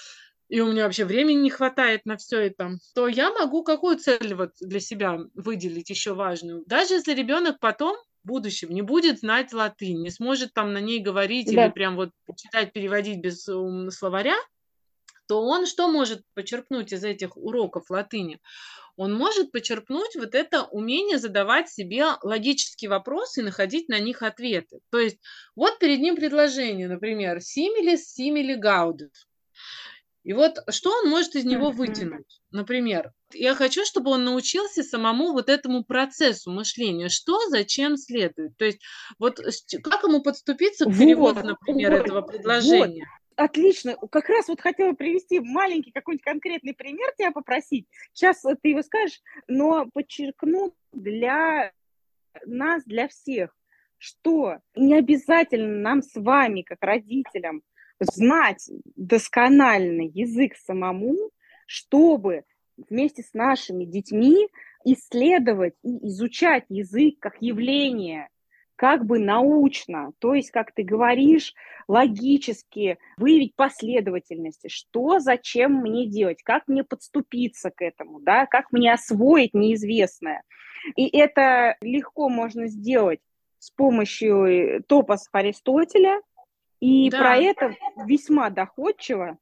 и у меня вообще времени не хватает на все это, то я могу какую цель вот для себя выделить еще важную? Даже если ребенок потом в будущем не будет знать латынь, не сможет там на ней говорить или Да. прям вот читать, переводить без словаря, то он что может почерпнуть из этих уроков латыни? Он может почерпнуть вот это умение задавать себе логические вопросы и находить на них ответы. То есть вот перед ним предложение, например, similis simili gaudet. И вот что он может из него Мгм. вытянуть? Например, я хочу, чтобы он научился самому вот этому процессу мышления, что, зачем следует. То есть вот как ему подступиться к Вот, переводу, например, ой, этого вот, предложения? отлично. Как раз вот хотела привести маленький какой-нибудь конкретный пример тебя попросить. Сейчас ты его скажешь, но подчеркну для нас, для всех, что не обязательно нам с вами, как родителям, знать досконально язык самому, чтобы вместе с нашими детьми исследовать и изучать язык как явление, как бы научно, то есть, как ты говоришь, логически выявить последовательности, что, зачем мне делать, как мне подступиться к этому, да, как мне освоить неизвестное. И это легко можно сделать с помощью топос Аристотеля, и про Да, это весьма доходчиво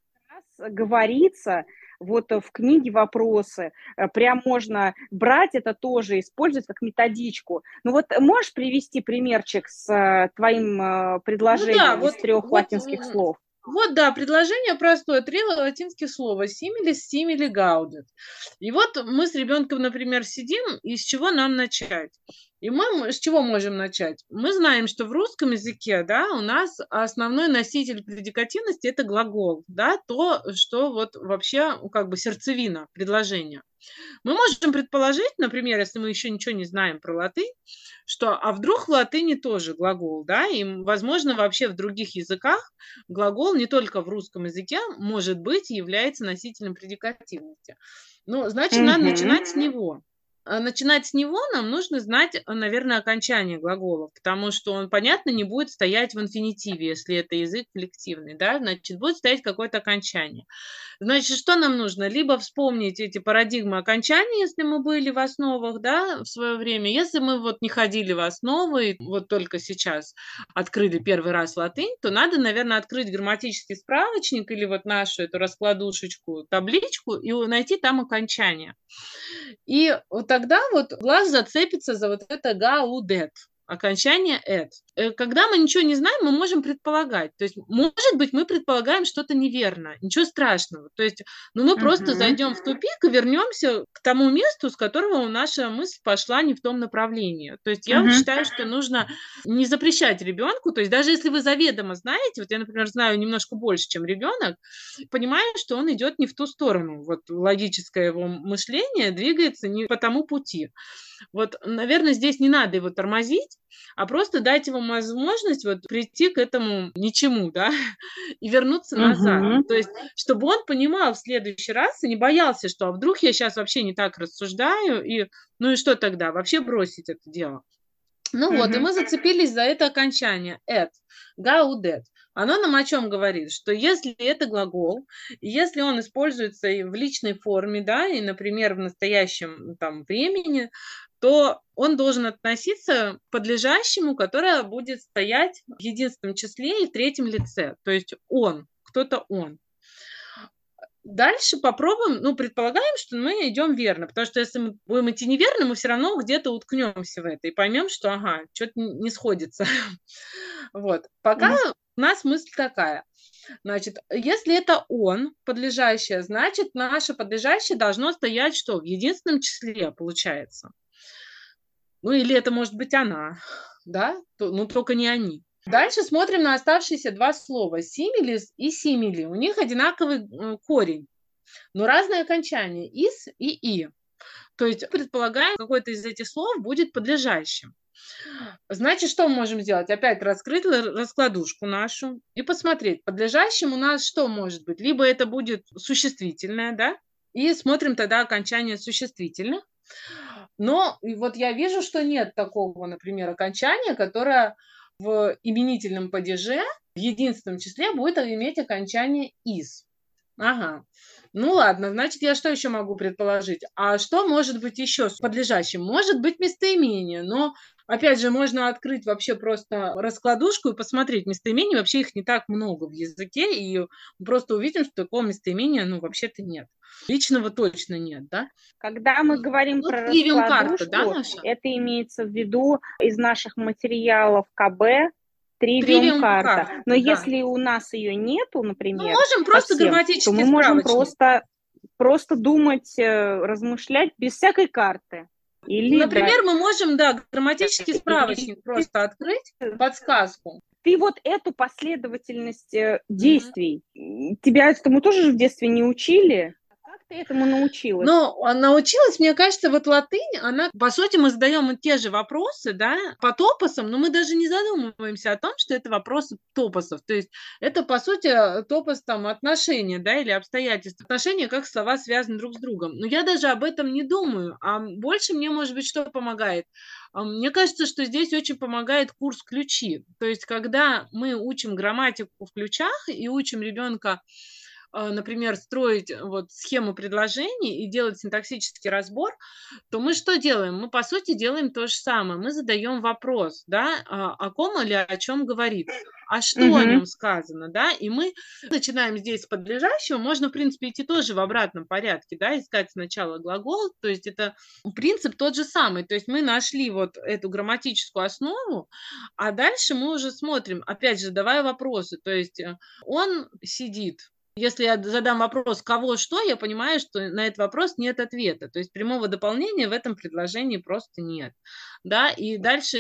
говорится вот в книге «Вопросы». Прям можно брать это тоже, использовать как методичку. Ну вот можешь привести примерчик с твоим ну да, предложением из трех латинских слов? вот, да, предложение простое, 3 латинских слова: similis, simili, gaudet. И вот мы с ребенком, например, сидим, и с чего нам начать? И мы с чего можем начать? Мы знаем, что в русском языке, да, у нас основной носитель предикативности — это глагол, да, то, что вот вообще, как бы сердцевина предложения. Мы можем предположить, например, если мы еще ничего не знаем про латынь, что а вдруг в латыни тоже глагол, да, и, возможно, вообще в других языках глагол не только в русском языке, может быть, является носителем предикативности. Ну, значит, надо Мгм. начинать с него. А начинать с него нам нужно знать, наверное, окончание глаголов, потому что он, понятно, не будет стоять в инфинитиве, если это язык коллективный, да, значит, будет стоять какое-то окончание. Значит, что нам нужно? Либо вспомнить эти парадигмы окончания, если мы были в основах, да, в свое время. Если мы вот не ходили в основы, и вот только сейчас открыли первый раз латынь, то надо, наверное, открыть грамматический справочник или вот нашу эту раскладушечку, табличку и найти там окончание. И вот тогда вот глаз зацепится за вот это гаудет, окончание «эт». Когда мы ничего не знаем, мы можем предполагать. То есть, может быть, мы предполагаем что-то неверно, ничего страшного. То есть, ну, мы просто Мгм. зайдем в тупик и вернемся к тому месту, с которого наша мысль пошла не в том направлении. То есть я вот Мгм. считаю, что нужно не запрещать ребенку. То есть даже если вы заведомо знаете, вот я, например, знаю немножко больше, чем ребенок, понимаю, что он идет не в ту сторону. Вот логическое его мышление двигается не по тому пути. Вот, наверное, здесь не надо его тормозить, а просто дать ему человеком возможность вот прийти к этому ничему, да, и вернуться назад. Мгм. То есть, чтобы он понимал в следующий раз и не боялся, что а вдруг я сейчас вообще не так рассуждаю, и ну и что тогда? Вообще бросить это дело. Ну вот, и Мгм. мы зацепились за это окончание «эт», «гаудэт». Оно нам о чем говорит? Что если это глагол, и если он используется и в личной форме, да, и, например, в настоящем там времени, то он должен относиться к подлежащему, которое будет стоять в единственном числе и в третьем лице. То есть он, кто-то он. Дальше попробуем, ну, предполагаем, что мы идем верно, потому что если мы будем идти неверно, мы все равно где-то уткнемся в это и поймем, что, ага, что-то не сходится. Вот. Пока Мгм. у нас мысль такая. Значит, если это он, подлежащее, значит, наше подлежащее должно стоять что? В единственном числе, получается. Ну, или это может быть она, да? Ну, только не они. Дальше смотрим на оставшиеся два слова. Симилис и симили. У них одинаковый корень, но разное окончание. Ис и и. То есть предполагаем, какое-то из этих слов будет подлежащим. Значит, что мы можем сделать? Опять раскрыть раскладушку нашу и посмотреть. Подлежащим у нас что может быть? Либо это будет существительное, да? И смотрим тогда окончание существительных. Но и вот я вижу, что нет такого, например, окончания, которое в именительном падеже в единственном числе будет иметь окончание «из». Ага. Ну ладно, значит, я что еще могу предположить? А что может быть еще с подлежащим? Может быть местоимение, но опять же можно открыть вообще просто раскладушку и посмотреть. Местоимений вообще их не так много в языке, и мы просто увидим, что такого местоимения, ну, вообще-то нет. Личного точно нет, да? Когда мы говорим Ну, про тривиум-карта, да, раскладушку, наша? это имеется в виду из наших материалов КБ тривиум-карта. Тривиум-карта, Но да. если у нас ее нету, Ну, например, можем просто совсем, то грамматический мы можем справочник. просто думать, размышлять без всякой карты. Или, да, Например, мы можем, да, грамматический справочник просто открыть, подсказку. ты вот эту последовательность Мгм. действий, тебя этому тоже же в детстве не учили? Как ты этому научилась? Но научилась, мне кажется, вот латынь, она, по сути, мы задаем те же вопросы, да, по топосам, но мы даже не задумываемся о том, что это вопросы топосов. То есть это, по сути, топос там отношения, да, или обстоятельств. Отношения, как слова связаны друг с другом. Но я даже об этом не думаю. А больше мне, может быть, что помогает? Мне кажется, что здесь очень помогает курс «Ключи». То есть когда мы учим грамматику в ключах и учим ребенка, например, строить вот схему предложений и делать синтаксический разбор, то мы что делаем? Мы, по сути, делаем то же самое. Мы задаем вопрос, да, о ком или о чем говорит, а что о Мгм. нем сказано, да, и мы начинаем здесь с подлежащего, можно, в принципе, идти тоже в обратном порядке, да, искать сначала глагол, то есть это принцип тот же самый, то есть мы нашли вот эту грамматическую основу, а дальше мы уже смотрим, опять же, давая вопросы, то есть он сидит. Если я задам вопрос «кого, что?», я понимаю, что на этот вопрос нет ответа. То есть прямого дополнения в этом предложении просто нет. Да, и дальше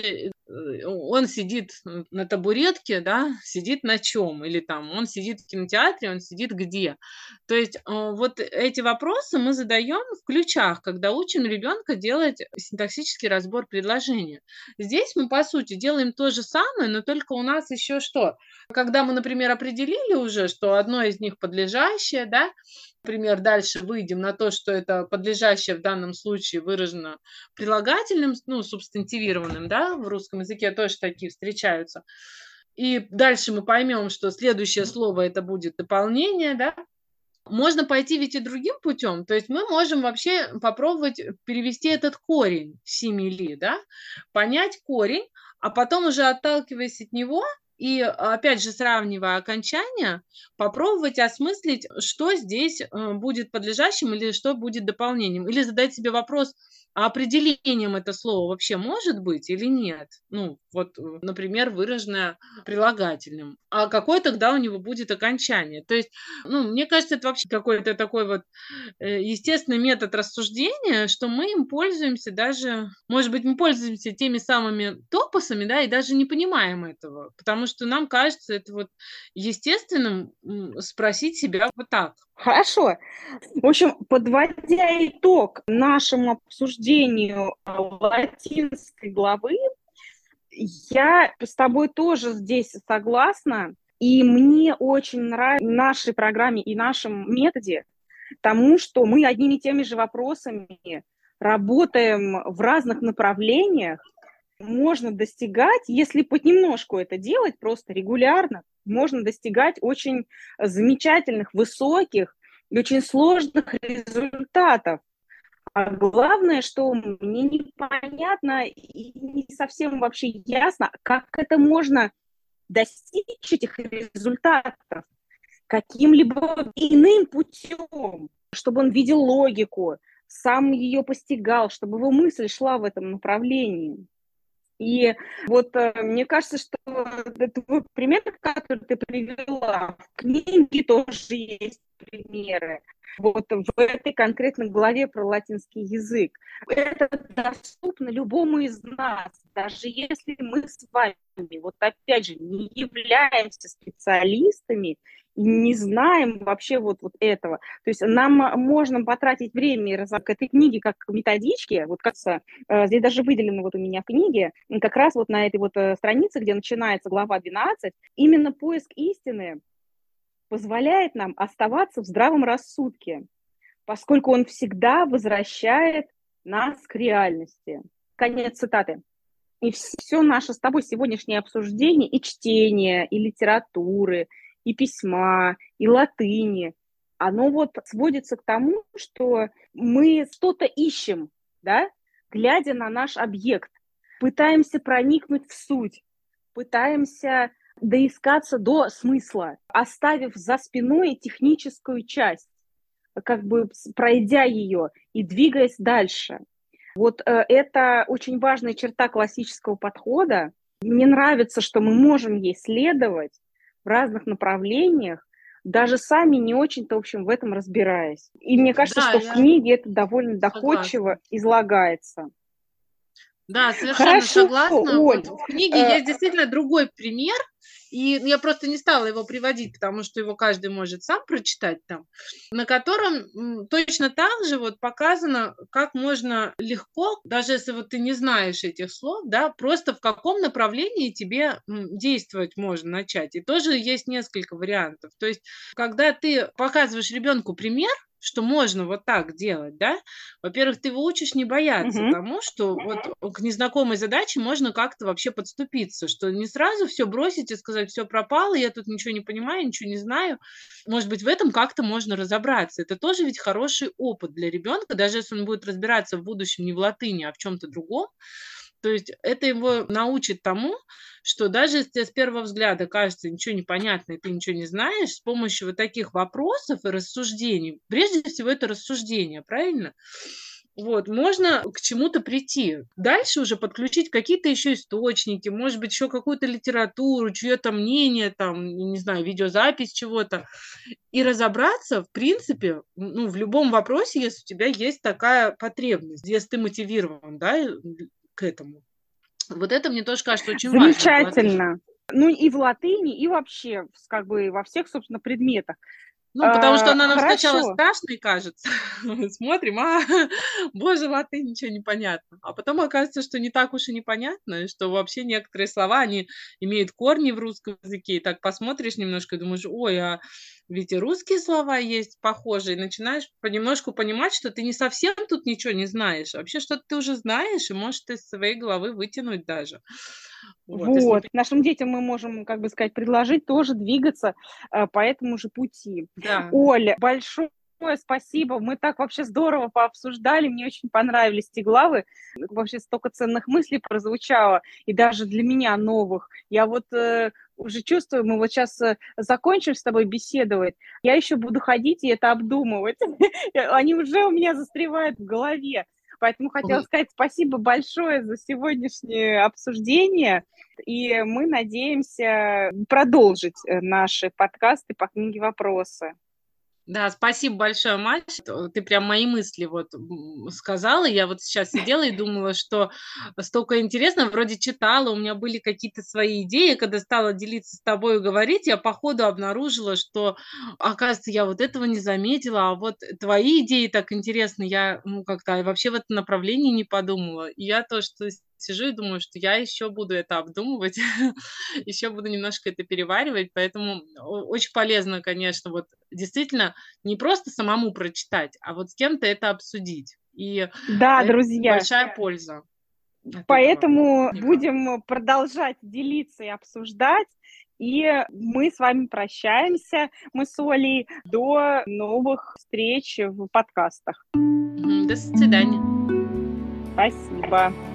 он сидит на табуретке, да, сидит на чем? Или там он сидит в кинотеатре, он сидит где? То есть вот эти вопросы мы задаем в ключах, когда учим ребенка делать синтаксический разбор предложения. Здесь мы, по сути, делаем то же самое, но только у нас еще что? Когда мы, например, определили уже, что одно из них подлежащее, да, например, дальше выйдем на то, что это подлежащее в данном случае выражено прилагательным, ну, субстантивированным, да, в русском языке тоже такие встречаются. И дальше мы поймем, что следующее слово это будет дополнение, да. Можно пойти ведь и другим путем, то есть мы можем вообще попробовать перевести этот корень симили, да, понять корень, а потом уже отталкиваясь от него и опять же сравнивая окончания, попробовать осмыслить, что здесь будет подлежащим или что будет дополнением. Или задать себе вопрос, а определением это слово вообще может быть или нет? Ну, вот, например, выраженное прилагательным. А какое тогда у него будет окончание? То есть, ну, мне кажется, это вообще какой-то такой вот естественный метод рассуждения, что мы им пользуемся даже, может быть, мы пользуемся теми самыми топосами, да, и даже не понимаем этого, потому что нам кажется это вот естественным спросить себя вот так. Хорошо. В общем, подводя итог нашему обсуждению латинской главы, Я с тобой тоже здесь согласна, и мне очень нравится в нашей программе и нашем методе тому, что мы одними и теми же вопросами работаем в разных направлениях. Можно достигать, если понемножку это делать, просто регулярно, можно достигать очень замечательных, высоких и очень сложных результатов. А главное, что мне непонятно и не совсем вообще ясно, как это можно достичь этих результатов каким-либо иным путем, чтобы он видел логику, сам ее постигал, чтобы его мысль шла в этом направлении. И вот мне кажется, что твой пример, который ты привела, в книге тоже есть примеры. Вот в этой конкретной главе про латинский язык. Это доступно любому из нас, даже если мы с вами, вот опять же, не являемся специалистами и не знаем вообще вот этого. То есть нам можно потратить время к этой книге как к методичке, вот кажется, здесь даже выделено вот у меня в книге, как раз вот на этой вот странице, где начинается глава 12, именно поиск истины позволяет нам оставаться в здравом рассудке, поскольку он всегда возвращает нас к реальности. Конец цитаты. И все наше с тобой сегодняшнее обсуждение и чтение, и литературы, и письма, и латыни, оно вот сводится к тому, что мы что-то ищем, да, глядя на наш объект, пытаемся проникнуть в суть, пытаемся доискаться до смысла, оставив за спиной техническую часть, как бы пройдя ее и двигаясь дальше. Вот это очень важная черта классического подхода. Мне нравится, что мы можем ей следовать в разных направлениях, даже сами не очень-то, в общем, в этом разбираясь. И мне кажется, Да, что в я книге это довольно доходчиво согласна. излагается. Да, совершенно Хорошо, согласна. Оль. Вот в книге Э, есть действительно другой пример, и я просто не стала его приводить, потому что его каждый может сам прочитать там, на котором точно так же вот показано, как можно легко, даже если вот ты не знаешь этих слов, да, просто в каком направлении тебе действовать можно начать. И тоже есть несколько вариантов. То есть, когда ты показываешь ребенку пример, что можно вот так делать, да, во-первых, ты его учишь не бояться мгм. тому, что вот к незнакомой задаче можно как-то вообще подступиться, что не сразу все бросить и сказать: все пропало, я тут ничего не понимаю, ничего не знаю. Может быть, в этом как-то можно разобраться. Это тоже ведь хороший опыт для ребенка, даже если он будет разбираться в будущем не в латыни, а в чем то другом. То есть это его научит тому, что даже если тебе с первого взгляда кажется ничего не понятно и ты ничего не знаешь, с помощью вот таких вопросов и рассуждений, прежде всего это рассуждение, правильно? Вот, можно к чему-то прийти. Дальше уже подключить какие-то еще источники, может быть, еще какую-то литературу, чье-то мнение, там, не знаю, видеозапись чего-то, и разобраться, в принципе, ну, в любом вопросе, если у тебя есть такая потребность, если ты мотивирован, да, к этому. Вот это, мне тоже кажется, очень важным в латыни. Замечательно. Ну и в латыни, и вообще, как бы во всех, собственно, предметах. Ну, потому что она нам сначала Хорошо. страшной кажется. Смотрим, боже, латынь, ничего не понятно. А потом оказывается, что не так уж и непонятно, и что вообще некоторые слова, они имеют корни в русском языке. И так посмотришь немножко и думаешь: ой, а ведь и русские слова есть похожие. И начинаешь понемножку понимать, что ты не совсем тут ничего не знаешь. Вообще что-то ты уже знаешь и можешь из своей головы вытянуть даже. Вот, если не... Вот. Нашим детям мы можем, как бы сказать, предложить тоже двигаться по этому же пути. Да. Оля, большое спасибо. Мы так вообще здорово пообсуждали. Мне очень понравились эти главы. Вообще столько ценных мыслей прозвучало, и даже для меня новых. Я вот уже чувствую, мы вот сейчас закончим с тобой беседовать. Я еще буду ходить и это обдумывать. Они уже у меня застревают в голове. Поэтому хотела сказать спасибо большое за сегодняшнее обсуждение. И мы надеемся продолжить наши подкасты по книге «Вопросы». Да, спасибо большое, Маш. Ты прям мои мысли вот сказала. Я вот сейчас сидела и думала, что столько интересного, вроде читала, у меня были какие-то свои идеи. Когда стала делиться с тобой и говорить, я по ходу обнаружила, что, оказывается, я вот этого не заметила, а вот твои идеи так интересны. Я, ну, как-то вообще в этом направлении не подумала. И я тоже, то есть, сижу и думаю, что я еще буду это обдумывать, еще буду немножко это переваривать, поэтому очень полезно, конечно, вот действительно не просто самому прочитать, а вот с кем-то это обсудить. И Да, это друзья, большая польза от этого. поэтому будем продолжать делиться и обсуждать. И мы с вами прощаемся. Мы с Олей до новых встреч в подкастах. До свидания. Спасибо.